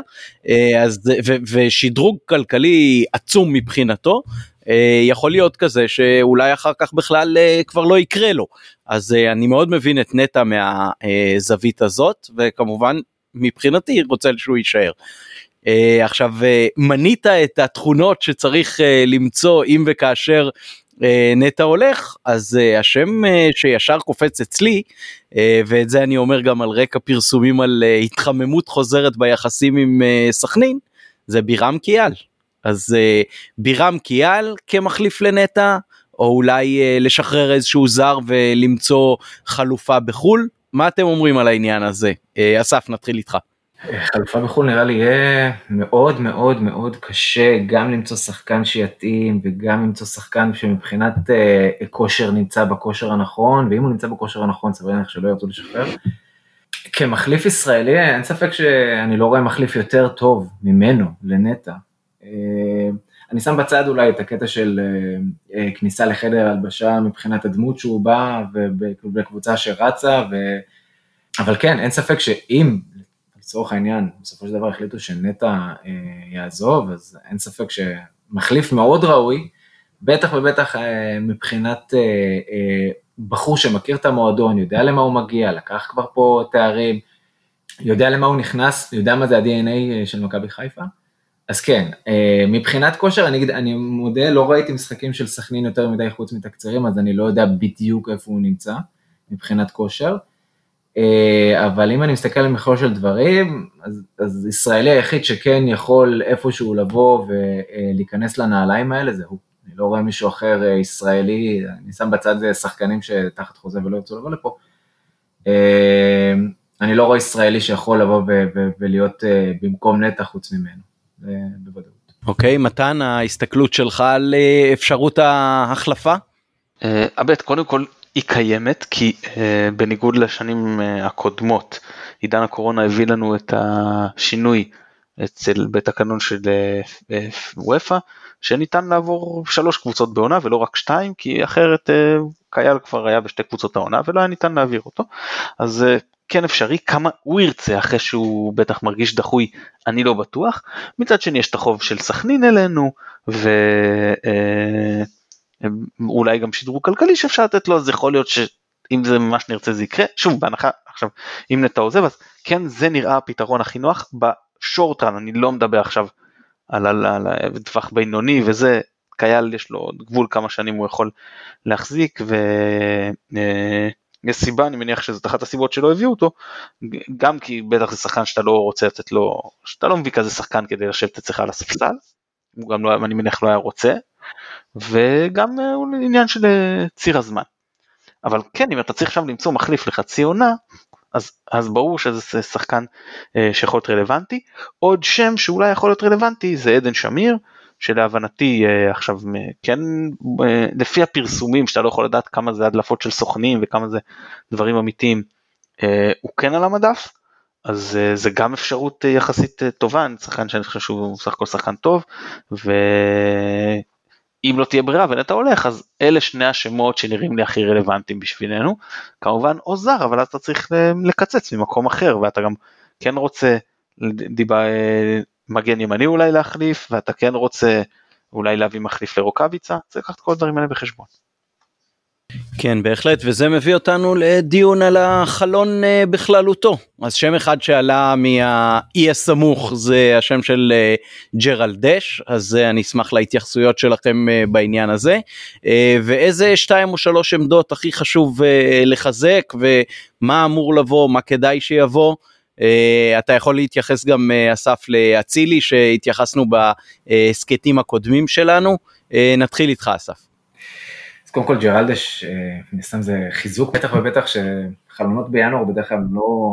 ושדרוג כלכלי עצום מבחינתו, יכול להיות כזה שאולי אחר כך בכלל כבר לא יקרה לו. אז אני מאוד מבין את נטע מהזווית הזאת, וכמובן מבחינתי רוצה שהוא יישאר. עכשיו מנית את התכונות שצריך למצוא אם וכאשר נטע הולך, אז השם שישר קופץ אצלי, ואת זה אני אומר גם על רקע פרסומים על התחממות חוזרת ביחסים עם סכנין, זה בירם קיאל. אז בירם קיאל כמחליף לנטע, או אולי לשחרר איזשהו זר ולמצוא חלופה בחול. מה אתם אומרים על העניין הזה? אסף, נתחיל איתך. חלופה בחול נראה לי יהיה מאוד מאוד מאוד קשה, גם למצוא שחקן שיתאים, וגם למצוא שחקן שמבחינת כושר נמצא בכושר הנכון, ואם הוא נמצא בכושר הנכון, סביר להניח שלא ירצו לשחרר. כמחליף ישראלי, אין ספק שאני לא רואה מחליף יותר טוב ממנו לנטע. אני שם בצד אולי את הקטע של כניסה לחדר הלבשה מבחינת הדמות שהוא בא, ובקבוצה שרצה, אבל כן, אין ספק שאם, לצורך העניין, בסופו של דבר החליטו שנטע יעזוב, אז אין ספק שמחליף מאוד ראוי, בטח ובטח מבחינת בחור שמכיר את המועדון, יודע למה הוא מגיע, לקח כבר פה תארים, יודע למה הוא נכנס, יודע מה זה ה-DNA של מכבי חיפה, אז כן, מבחינת כושר, אני מודה, לא ראיתי משחקים של סכנין יותר מדי חוץ מתקצרים, אז אני לא יודע בדיוק איפה הוא נמצא, מבחינת כושר, אבל אם אני מסתכל על מכלול של דברים, אז ישראלי היחיד שכן יכול איפשהו לבוא ולהיכנס לנעליים האלה, זה הוא. אני לא רואה מישהו אחר ישראלי, אני שם בצד זה שחקנים שתחת חוזה ולא ירצו לבוא לפה. אני לא רואה ישראלי שיכול לבוא ולהיות במקום נטע חוץ ממנו, בוודאות. אוקיי, מתן, ההסתכלות שלך על אפשרות ההחלפה? אבט, קודם כל, היא קיימת, כי בניגוד לשנים הקודמות, עידן הקורונה הביא לנו את השינוי בתקנון של וופא, שניתן לעבור 3 קבוצות בעונה ולא רק 2, כי אחרת קייל כבר היה ב2 קבוצות העונה ולא היה ניתן להעביר אותו. אז כן אפשרי, כמה הוא ירצה אחרי שהוא בטח מרגיש דחוי, אני לא בטוח. מצד שני יש את החוב של סכנין אלינו, ואולי גם שדרוג כלכלי שאפשר לתת לו, אז יכול להיות שאם זה ממש נרצה זה יקרה. שוב, בהנחה, עכשיו, אם נטע עוזב, אז כן זה נראה הפתרון הכי נוח בשורטרן, אני לא מדבר עכשיו על טווח בינוני, וזה קייל יש לו גבול כמה שנים הוא יכול להחזיק, יש סיבה, אני מניח שזאת אחת הסיבות שלא הביאו אותו, גם כי בטח זה שחקן שאתה לא רוצה לתת לו, שאתה לא מביא כזה שחקן כדי לשבת אצלך על הספסל, הוא גם לא, אני מניח לא היה רוצה, וגם עניין של ציר הזמן. אבל כן, אם אתה צריך עכשיו למצוא מחליף לחצי עונה, אז ברור שזה שחקן שיכול להיות רלוונטי. עוד שם שאולי יכול להיות רלוונטי זה עדן שמיר, שלהבנתי עכשיו כן, לפי הפרסומים שאתה לא יכול לדעת כמה זה הדלפות של סוכנים וכמה זה דברים אמיתיים, הוא כן על המדף, אז זה גם אפשרות יחסית טובה, שחקן שאני חושב שהוא סך הכל שחקן טוב, אם לא תהיה ברירה ונטע הולך, אז אלה שני השמות שנראים לי הכי רלוונטיים בשבילנו, כמובן או זר, אבל אז אתה צריך לקצץ ממקום אחר, ואתה גם כן רוצה מגן ימני אולי להחליף, ואתה כן רוצה אולי להביא מחליף לרוקאביצה, צריך לקחת כל הדברים האלה בחשבון. כן, בהחלט, וזה מביא אותנו לדיון על החלון בכללותו. אז שם אחד שעלה מהאי הסמוך זה השם של ג'רלדש, אז אני אשמח להתייחסויות שלכם בעניין הזה. ואיזה 2 או 3 עמדות הכי חשוב לחזק, ומה אמור לבוא, מה כדאי שיבוא. אתה יכול להתייחס גם אסף לאצילי שהתייחסנו בסקטים הקודמים שלנו. נתחיל איתך אסף. אז קודם כל ג'רלדש, נסתם זה חיזוק, בטח ובטח שחלונות בינואר בדרך כלל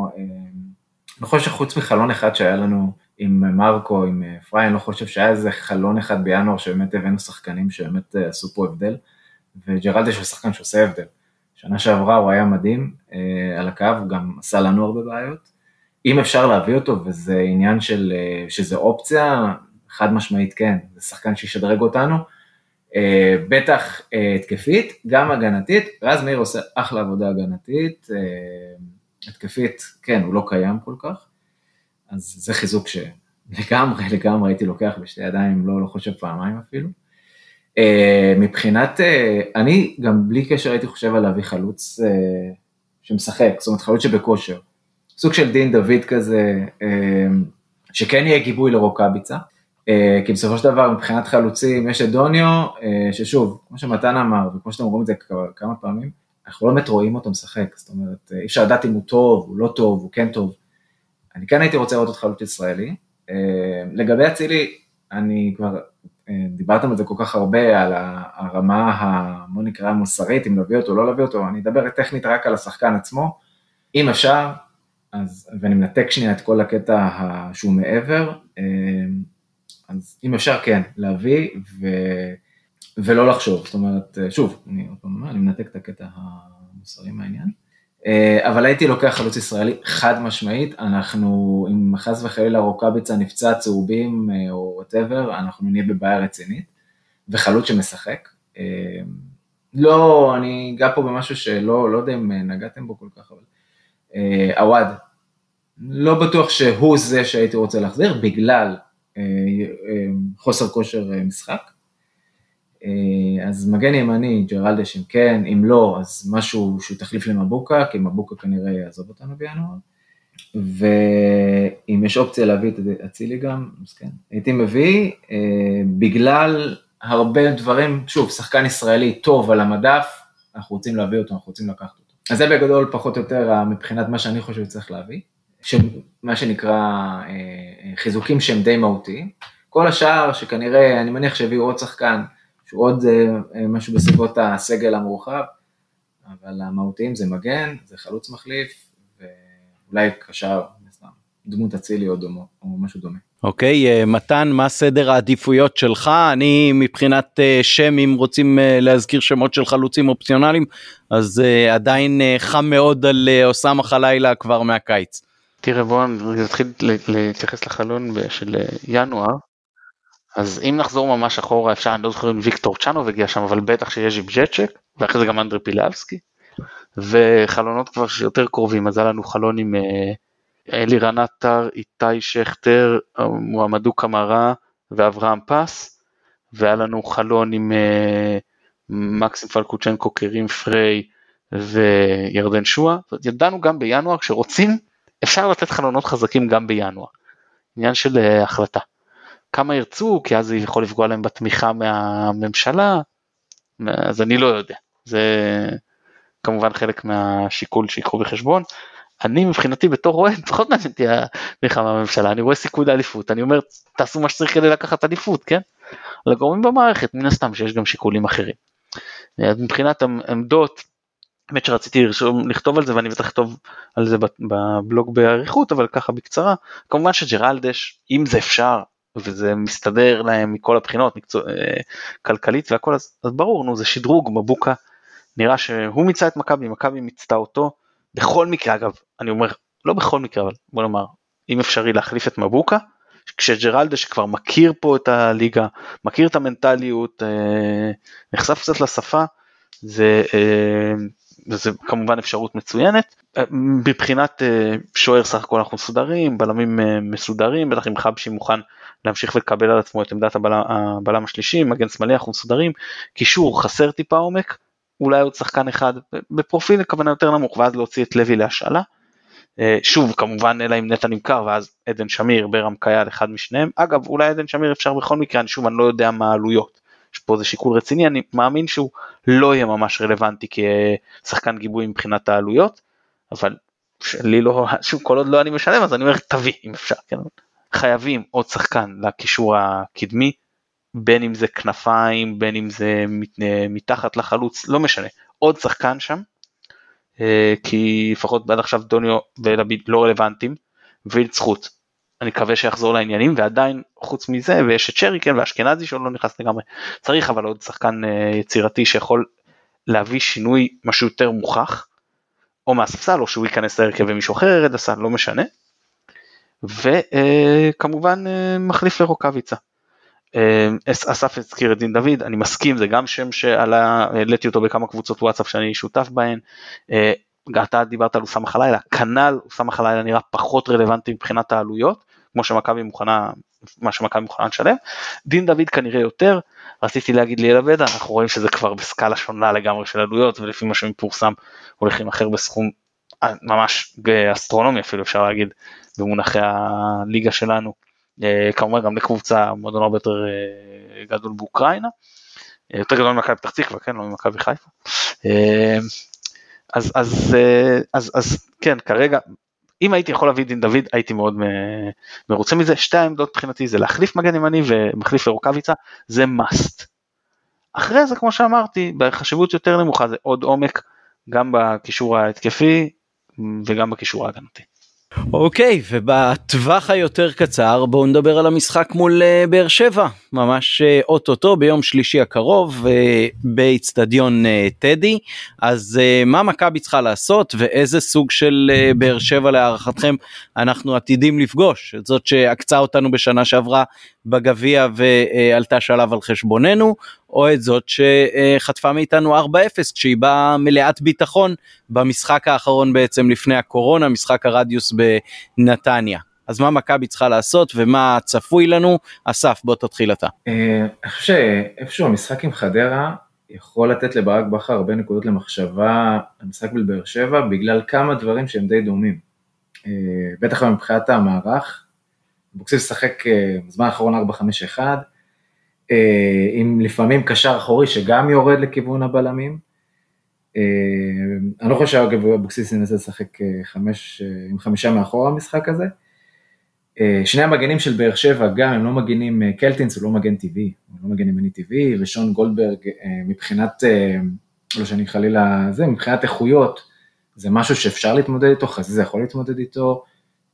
לא חושב שחוץ מחלון אחד שהיה לנו עם מרקו, עם פריי, אני לא חושב שהיה איזה חלון אחד בינואר שבאמת הבאנו שחקנים שבאמת עשו פה הבדל, וג'רלדש הוא שחקן שעושה הבדל. שנה שעברה הוא היה מדהים על הקו, הוא גם עשה לנו הרבה בעיות. אם אפשר להביא אותו, וזה עניין של, שזה אופציה, חד משמעית כן, זה שחקן שישדרג אותנו, בטח התקפית, גם הגנתית, רז מאיר עושה אחלה עבודה הגנתית, התקפית, כן, הוא לא קיים כל כך, אז זה חיזוק שלגמרי הייתי לוקח בשתי ידיים, לא חושב פעמיים אפילו. מבחינת, אני גם בלי קשר הייתי חושב על להביא חלוץ שמשחק, זאת אומרת חלוץ שבכושר, סוג של דין דוד כזה, שכן יהיה גיבוי לרוקאביצה, כי בסופו של דבר מבחינת חלוצים יש את דוניו, ששוב, כמו שמתן אמר, וכמו שאתם אומרים את זה כמה פעמים, אנחנו לא באמת רואים אותו משחק, זאת אומרת, אי אפשר לדעת אם הוא טוב, הוא לא טוב, הוא כן טוב, אני כן הייתי רוצה לראות את חלוץ ישראלי, לגבי אצילי, אני כבר, דיברתם על זה כל כך הרבה, על הרמה, בוא נקרא המוסרית, אם להביא אותו או לא להביא אותו, אני אדבר טכנית רק על השחקן עצמו, אם אפשר, ואני מנתק שנייה את כל הקטע שהוא מעבר, אז אם אפשר כן, להביא ולא לחשוב, זאת אומרת, שוב, אני מנתק את הקטע המוסרי מהעניין, אבל הייתי לוקח חלוץ ישראלי חד משמעית, אנחנו, אם חס וחלילה רוקאביצה נפצע צהובים או whatever, אנחנו נהיה בבעיה רצינית, וחלוץ שמשחק, לא, אני אגע פה במשהו שלא יודע אם נגעתם בו כל כך, אבל עווד, לא בטוח שהוא זה שהייתי רוצה להחזיר, בגלל חוסר כושר משחק, אז מגן ימני, ג'רלדש אם כן, אם לא, אז משהו שהוא תחליף למבוקה, כי מבוקה כנראה יעזוב אותנו בינואר, ואם יש אופציה להביא את אצילי גם, אז כן, הייתי מביא, בגלל הרבה דברים, שוב, שחקן ישראלי טוב על המדף, אנחנו רוצים להביא אותו, אנחנו רוצים לקחת אותו. אז זה בגדול פחות או יותר מבחינת מה שאני חושב שצריך להביא, מה שנקרא חיזוקים שהם די מהותיים, כל השאר שכנראה, אני מניח שהביאו עוד שחקן, שהוא עוד משהו בסביבות הסגל המורחב, אבל המהותיים זה מגן, זה חלוץ מחליף, ואולי קשר, דמות אצילי או משהו דומה. אוקיי, מתן, מה סדר העדיפויות שלך? אני מבחינת שם, אם רוצים להזכיר שמות של חלוצים אופציונליים, אז עדיין חם מאוד על אוסאמה חלילה כבר מהקיץ. תראה, בואו נתחיל להתייחס לחלון של ינואר, אז אם נחזור ממש אחורה, אפשר, אני לא זוכר אם ויקטור צ'אנוב הגיע שם, אבל בטח שיש ז'יבז'צ'ק, ואחרי זה גם אנדרי פילבסקי, וחלונות כבר שיותר קרובים, אז היה לנו חלון עם אלירן עטר, איתי שכטר, מועמדו קמרה ואברהם פס, והיה לנו חלון עם מקסים פלקוצ'נקו, קרים פריי וירדן שואה, ידענו גם בינואר, כשרוצים, אפשר לתת חלונות חזקים גם בינואר, עניין של החלטה. כמה ירצו, כי אז זה יכול לפגוע להם בתמיכה מהממשלה, אז אני לא יודע, זה כמובן חלק מהשיקול שיקחו בחשבון. אני מבחינתי בתור רואה, פחות מעניינתי התמיכה מהממשלה, אני רואה סיכוי לאליפות, אני אומר, תעשו מה שצריך כדי לקחת אליפות, כן? לגורמים במערכת, מן הסתם שיש גם שיקולים אחרים. מבחינת העמדות, באמת שרציתי לכתוב על זה, ואני בטח לכתוב על זה בבלוג בעריכות, אבל ככה בקצרה, כמובן שג'רלדש, אם זה אפשר, וזה מסתדר להם מכל הבחינות, כלכלית והכל, אז ברור, נו, זה שדרוג, מבוקה, נראה שהוא מיצה את מכבי, מכבי מיצתה אותו, בכל מקרה, אגב, אני אומר, לא בכל מקרה, אבל בוא נאמר, אם אפשרי להחליף את מבוקה, כשג'רלדה שכבר מכיר פה את הליגה, מכיר את המנטליות, נחשף קצת לשפה, זה כמובן אפשרות מצוינת. מבחינת שוער סך הכל אנחנו מסודרים, בלמים מסודרים, בטח עם חבשי מוכן להמשיך ולקבל על עצמו את עמדת הבלם השלישי, מגן שמאלי אנחנו מסודרים, קישור חסר טיפה עומק, אולי עוד שחקן אחד, בפרופיל לכוונה יותר נמוך, ואז להוציא את לוי להשאלה, שוב כמובן אלא אם נטע נמכר, ואז עדן שמיר, ברם קייל, אחד משניהם, אגב אולי עדן שמיר אפשר בכל מקרה, אני לא יודע מה העלויות, יש פה זה שיקול רציני, אני מאמין שהוא לא יהיה ממש רלוונטי כשחקן גיבוי מבחינת העלויות, אבל לי לא, שוב כל עוד לא אני משלם, אז אני אומר תביא אם אפשר, כן? חייבים עוד שחקן לקישור הקדמי, בין אם זה כנפיים, בין אם זה מתחת לחלוץ, לא משנה, עוד שחקן שם, כי לפחות עד עכשיו דוניו ולביד לא רלוונטיים, וילצחוט, אני מקווה שיחזור לעניינים, ועדיין חוץ מזה, ויש את שריקן ואשכנזי שלא נכנס לגמרי, צריך אבל עוד שחקן יצירתי שיכול להביא שינוי משהו יותר מוכח, או מהספסל, או שהוא ייכנס להרכב ומישהו אחר ירד לסל, לא משנה, וכמובן מחליף לרוקאביצה. אסף הזכיר את דין דוד, אני מסכים, זה גם שם שעלה, העליתי אותו בכמה קבוצות וואטסאפ שאני שותף בהן, אתה דיברת על אוסמה חלילה, כנ"ל אוסמה חלילה נראה פחות רלוונטי מבחינת העלויות, כמו שמכבי מוכנה, מה שמכבי מוכנה לשלם, דין דוד כנראה יותר, רציתי להגיד לי אלעבד, אנחנו רואים שזה כבר בסקאלה שונה לגמרי של עלויות, ולפי מה שמפורסם הולכים אחר בסכום ממש אסטרונומי אפילו אפשר להגיד, במונחי הליגה שלנו, כמובן גם לקבוצה מועדון הרבה יותר גדול באוקראינה, יותר גדול ממכבי פתח תקווה, כן, לא ממכבי חיפה, אז כן, כרגע, אם הייתי יכול להביא דין דוד, הייתי מאוד מרוצה מזה, שתי העמדות מבחינתי זה להחליף מגן ימני ומחליף לרוקאביצה, זה must. אחרי זה, כמו שאמרתי, בחשיבות יותר נמוכה, זה עוד עומק, גם בקישור ההתקפי, וגם בקישור ההגנתי. אוקיי, ובטווח היותר קצר בואו נדבר על המשחק מול באר שבע, ממש אוטוטו ביום שלישי הקרוב באצטדיון טדי, אז מה מכבי צריכה לעשות ואיזה סוג של באר שבע להערכתכם אנחנו עתידים לפגוש, את זאת שעקצה אותנו בשנה שעברה בגביע ועלתה שלב על חשבוננו, או את זאת שחטפה מאיתנו 4-0 כשהיא באה מלאת ביטחון במשחק האחרון בעצם לפני הקורונה, משחק הרדיוס בנתניה. אז מה מכבי צריכה לעשות ומה צפוי לנו? אסף, בוא תתחיל אתה. אני חושב שאיפשהו המשחק עם חדרה יכול לתת לברק בכר הרבה נקודות למחשבה, המשחק בבאר שבע, בגלל כמה דברים שהם די דומים. בטח מבחינת המערך, אבוקסיס שחק בזמן האחרון 4-5-1, עם לפעמים קשר אחורי שגם יורד לכיוון הבלמים, אני לא חושב שאבוקסיס ינסה לשחק עם 5 מאחורה המשחק הזה, שני המגנים של באר שבע גם הם לא מגנים, קלטינס הוא לא מגן טבעי, הוא לא מגן ימני טבעי, ושון גולדברג מבחינת, לא שאני חלילה זה, מבחינת איכויות, זה משהו שאפשר להתמודד איתו, חזיזה יכול להתמודד איתו,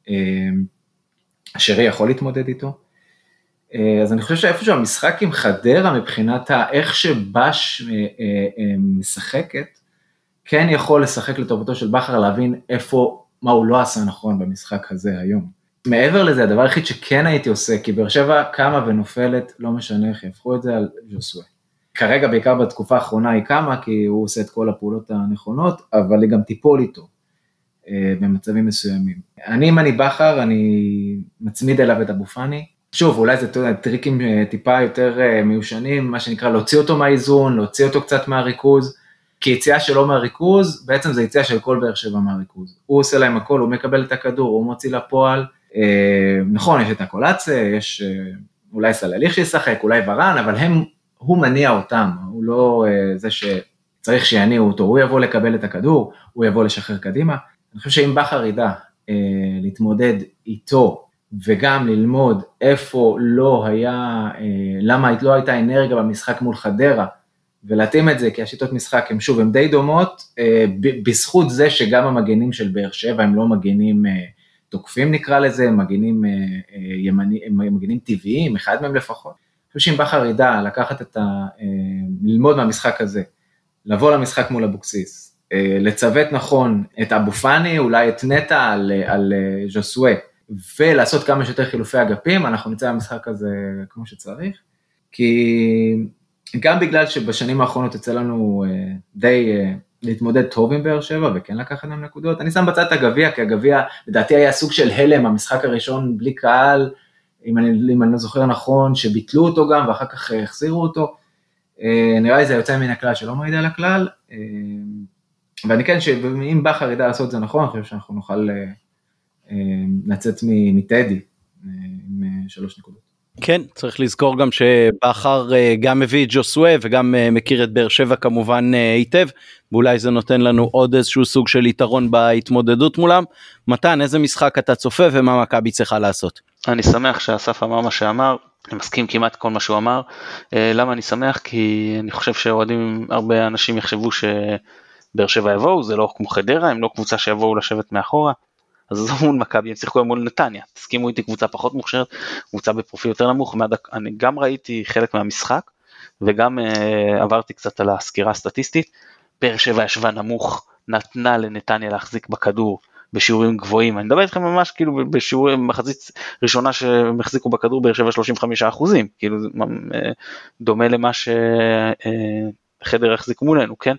שרי יכול להתמודד איתו, אז אני חושב שאיפשהו המשחק עם חדרה מבחינת איך שבש משחקת, כן יכול לשחק לטובתו של בכר, להבין איפה, מה הוא לא עשה נכון במשחק הזה היום. מעבר לזה, הדבר היחיד שכן הייתי עושה, כי באר שבע קמה ונופלת, לא משנה איך יהפכו את זה על ז'וסווה. כרגע בעיקר בתקופה האחרונה היא קמה, כי הוא עושה את כל הפעולות הנכונות, אבל היא גם טיפול איתו, במצבים מסוימים. אם אני בכר, אני מצמיד אליו את אבו פאני, שוב, אולי זה טריקים טיפה יותר מיושנים, מה שנקרא להוציא אותו מהאיזון, להוציא אותו קצת מהריכוז, כי יציאה שלו מהריכוז, בעצם זה יציאה של כל באר שבע מהריכוז. הוא עושה להם הכל, הוא מקבל את הכדור, הוא מוציא לפועל, נכון, יש את הקולציה, יש אולי סלליך שישחק, אולי ורן, אבל הוא מניע אותם, הוא לא זה שצריך שיניעו אותו, הוא יבוא לקבל את הכדור, הוא יבוא לשחרר קדימה. אני חושב שאם בכר ידע להתמודד איתו, וגם ללמוד איפה לא היה, למה לא הייתה אנרגיה במשחק מול חדרה, ולהתאים את זה, כי השיטות משחק הם שוב, הם די דומות, בזכות זה שגם המגנים של באר שבע, הם לא מגנים תוקפים נקרא לזה, מגנים מגנים טבעיים, אחד מהם לפחות. אני חושב שאם בכר ידע לקחת ללמוד מהמשחק הזה, לבוא למשחק מול אבוקסיס, לצוות נכון את אבו פאני, אולי את נטע על ז'וסווה, ולעשות כמה שיותר חילופי אגפים, אנחנו נצא למשחק הזה כמו שצריך, כי גם בגלל שבשנים האחרונות יצא לנו די להתמודד טוב עם באר שבע, וכן לקחת להם נקודות, אני שם בצד את הגביע, כי הגביע לדעתי היה סוג של הלם, המשחק הראשון בלי קהל, אם אני זוכר נכון, שביטלו אותו גם, ואחר כך החזירו אותו, נראה לי זה יוצא מן הכלל שלא מעיד על הכלל, ואני כן, שאם בכר ידע לעשות את זה נכון, אני חושב שאנחנו נוכל לצאת מטדי עם 3 נקודות. כן, צריך לזכור גם שבכר גם מביא את ג'וסווה וגם מכיר את באר שבע כמובן היטב, ואולי זה נותן לנו עוד איזשהו סוג של יתרון בהתמודדות מולם. מתן, איזה משחק אתה צופה ומה מכבי צריכה לעשות? אני שמח שאסף אמר מה שאמר, אני מסכים כמעט כל מה שהוא אמר. למה אני שמח? כי אני חושב שאוהדים, הרבה אנשים יחשבו שבאר שבע יבואו, זה לא כמו חדרה, הם לא קבוצה שיבואו לשבת מאחורה, אז זו מול מכבי, הם שיחקו מול נתניה, תסכימו איתי, קבוצה פחות מוכשרת, קבוצה בפרופיל יותר נמוך, אני גם ראיתי חלק מהמשחק, וגם עברתי קצת על הסקירה הסטטיסטית, באר שבע ישבה נמוך, נתנה לנתניה להחזיק בכדור, בשיעורים גבוהים, אני מדבר איתכם ממש כאילו בשיעורים מחצית ראשונה שהם החזיקו בכדור באר שבע 35%, כאילו דומה למה שחדר החזיק מולנו, כן?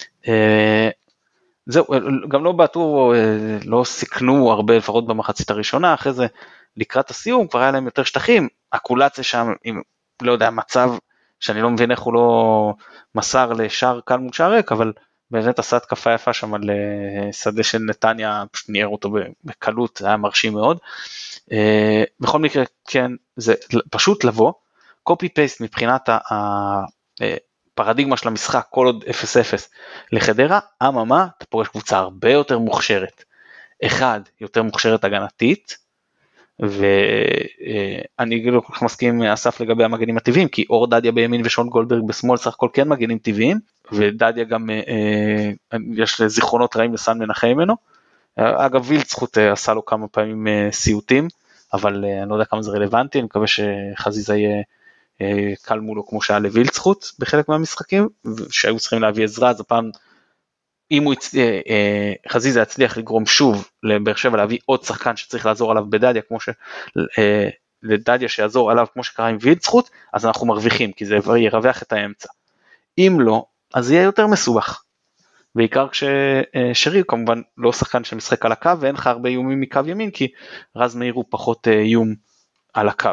זהו, גם לא בעטו, לא סיכנו הרבה לפחות במחצית הראשונה, אחרי זה לקראת הסיום כבר היה להם יותר שטחים, הקולציה שם עם, לא יודע, מצב שאני לא מבין איך הוא לא מסר לשער קל מול שער ריק, אבל באמת עשה התקפה יפה שם על שדה של נתניה, פשוט ניער אותו בקלות, היה מרשים מאוד. בכל מקרה, כן, זה פשוט לבוא, קופי פייסט מבחינת הפרדיגמה של המשחק, כל עוד 0-0 לחדרה, אממה, אתה פורש קבוצה הרבה יותר מוכשרת. אחד, יותר מוכשרת הגנתית, ואני לא כל כך מסכים אסף לגבי המגנים הטבעיים, כי אור דדיה בימין ושון גולדברג בשמאל סך הכל כן מגנים טבעיים, ודדיה גם יש זיכרונות רעים לסן מנחם ממנו, אגב וילצחוט עשה לו כמה פעמים סיוטים, אבל אני לא יודע כמה זה רלוונטי, אני מקווה שחזיזה יהיה קל מולו כמו שהיה לוילצחוט בחלק מהמשחקים, שהיו צריכים להביא עזרה, אז הפעם אם חזיזה יצליח לגרום שוב לבאר שבע להביא עוד שחקן שצריך לעזור עליו בדדיה, כמו לדדיה שיעזור עליו כמו שקרה עם וילצחוט, אז אנחנו מרוויחים, כי זה ירווח את האמצע. אם לא, אז יהיה יותר מסובך. בעיקר כששרי כמובן לא שחקן שמשחק על הקו, ואין לך הרבה איומים מקו ימין, כי רז מאיר הוא פחות איום על הקו.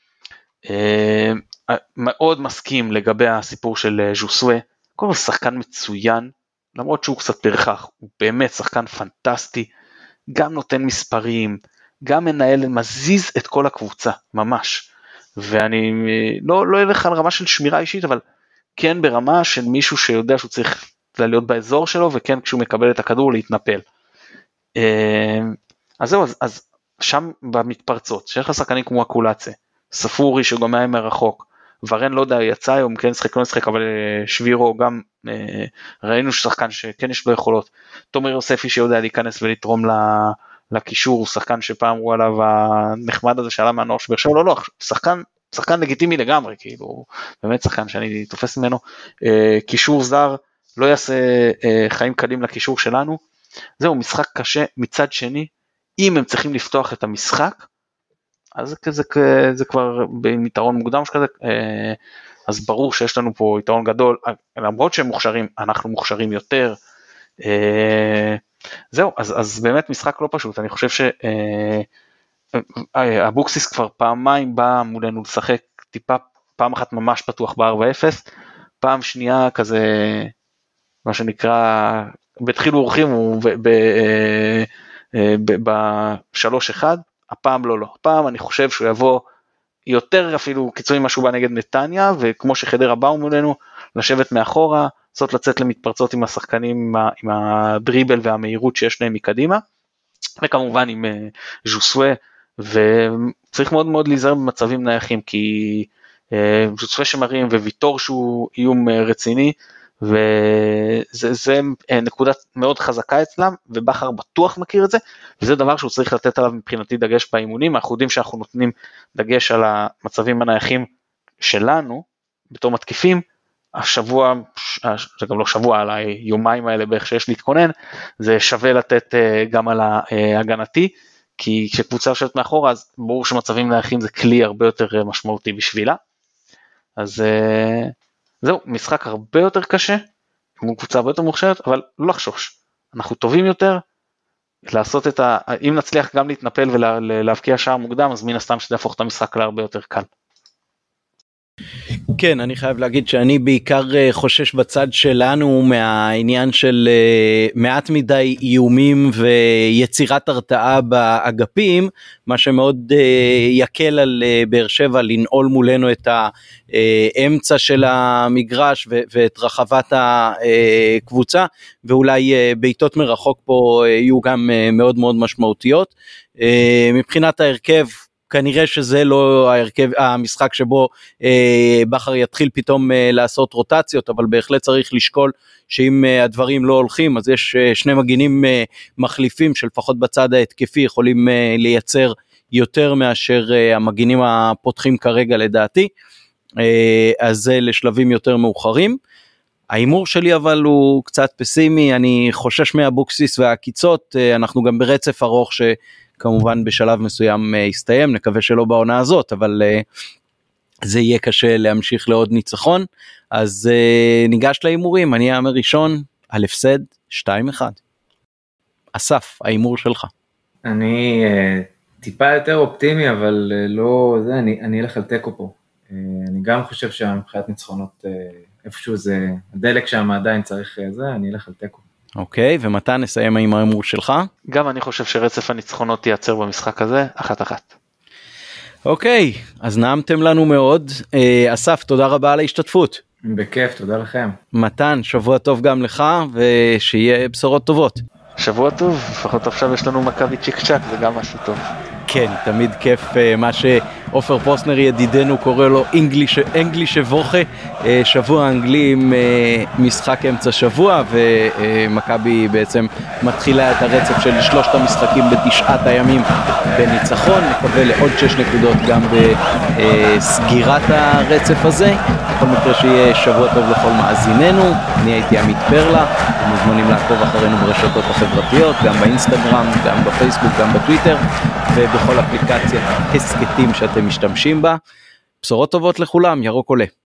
מאוד מסכים לגבי הסיפור של ז'וסווה, כל שחקן מצוין, למרות שהוא קצת פרחח, הוא באמת שחקן פנטסטי, גם נותן מספרים, גם מנהל, מזיז את כל הקבוצה, ממש. ואני לא אלך על רמה של שמירה אישית, אבל כן ברמה של מישהו שיודע שהוא צריך להיות באזור שלו, וכן כשהוא מקבל את הכדור להתנפל. אז זהו, אז שם במתפרצות, שיש לך שחקנים כמו הקולציה, ספורי שגם היה מרחוק, ורן לא יודע, יצא היום, כן שחק, לא נשחק, אבל שבירו גם, ראינו ששחקן שכן יש לו יכולות, תומר יוספי שיודע להיכנס ולתרום לקישור, הוא שחקן שפעם אמרו עליו הנחמד הזה שעלה מהנוער שבאר שבע, לא, שחקן לגיטימי לגמרי, כאילו, באמת שחקן שאני תופס ממנו, קישור זר, לא יעשה חיים קלים לקישור שלנו, זהו משחק קשה, מצד שני, אם הם צריכים לפתוח את המשחק, אז זה כבר ביתרון מוקדם שכזה, אז ברור שיש לנו פה יתרון גדול, למרות שהם מוכשרים, אנחנו מוכשרים יותר, זהו, אז באמת משחק לא פשוט, אני חושב שהבוקסיס כבר פעמיים בא מולנו לשחק טיפה, פעם אחת ממש פתוח ב-4-0, פעם שנייה כזה, מה שנקרא, בתחילו אורחים הוא ב-3-1, הפעם לא, הפעם אני חושב שהוא יבוא יותר אפילו קיצוני משהו בא נגד נתניה, וכמו שחדרה באו מולנו, לשבת מאחורה, זאת לצאת למתפרצות עם השחקנים, עם הדריבל והמהירות שיש להם מקדימה, וכמובן עם ז'וסווה, וצריך מאוד מאוד להיזהר במצבים נייחים, כי ז'וסווה שמרים וויתור שהוא איום רציני, וזה נקודה מאוד חזקה אצלם, ובחר בטוח מכיר את זה, וזה דבר שהוא צריך לתת עליו מבחינתי דגש באימונים, אנחנו יודעים שאנחנו נותנים דגש על המצבים הנייחים שלנו, בתור מתקיפים, השבוע, זה גם לא שבוע, על היומיים האלה בערך שיש להתכונן, זה שווה לתת גם על ההגנתי, כי כשקבוצה יושבת מאחורה, אז ברור שמצבים נייחים זה כלי הרבה יותר משמעותי בשבילה. אז זהו, משחק הרבה יותר קשה, כמו קבוצה הרבה יותר מוכשרת, אבל לא לחשוש. אנחנו טובים יותר, לעשות אם נצליח גם להתנפל ולהבקיע שער מוקדם, אז מן הסתם שזה יהפוך את המשחק להרבה יותר קל. כן, אני חייב להגיד שאני בעיקר חושש בצד שלנו מהעניין של מעט מדי איומים ויצירת הרתעה באגפים, מה שמאוד יקל על באר שבע לנעול מולנו את האמצע של המגרש ואת רחבת הקבוצה, ואולי בעיטות מרחוק פה יהיו גם מאוד מאוד משמעותיות. מבחינת ההרכב, כנראה שזה לא המשחק שבו בכר יתחיל פתאום לעשות רוטציות, אבל בהחלט צריך לשקול שאם הדברים לא הולכים, אז יש שני מגינים מחליפים שלפחות בצד ההתקפי יכולים לייצר יותר מאשר המגינים הפותחים כרגע לדעתי, אז זה לשלבים יותר מאוחרים. האימור שלי אבל הוא קצת פסימי, אני חושש מהבוקסיס והקיצות, אנחנו גם ברצף ארוך כמובן בשלב מסוים יסתיים, נקווה שלא בעונה הזאת, אבל זה יהיה קשה להמשיך לעוד ניצחון, אז ניגש לאימורים, אני אאמר ראשון, על הפסד 2-1. אסף, האימור שלך. אני טיפה יותר אופטימי, אבל לא זה, אני אלך על תיקו פה. אני גם חושב שמבחינת ניצחונות, איפשהו זה, הדלק שם עדיין צריך זה, אני אלך על תיקו. אוקיי, ומתן נסיים עם האמור שלך? גם אני חושב שרצף הניצחונות ייצר במשחק הזה, 1-1. אוקיי, אז נעמתם לנו מאוד. אסף, תודה רבה על ההשתתפות. בכיף, תודה לכם. מתן, שבוע טוב גם לך, ושיהיה בשורות טובות. שבוע טוב, לפחות עכשיו יש לנו מכבי צ'יק צ'ק, זה גם משהו טוב. כן, תמיד כיף מה שאופר פוסנר ידידנו קורא לו אנגליש ווחה, שבוע אנגלי עם משחק אמצע שבוע, ומכבי בעצם מתחילה את הרצף של 3 המשחקים ב9 הימים בניצחון, נקווה לעוד 6 נקודות גם בסגירת הרצף הזה. בכל מקרה שיהיה שבוע טוב לכל מאזיננו, אני הייתי עמית פרלה, אתם מוזמנים לעקוב אחרינו ברשתות החברתיות, גם באינסטגרם, גם בפייסבוק, גם בטוויטר, ובכל אפליקציית הסקטים שאתם משתמשים בה. בשורות טובות לכולם, ירוק עולה.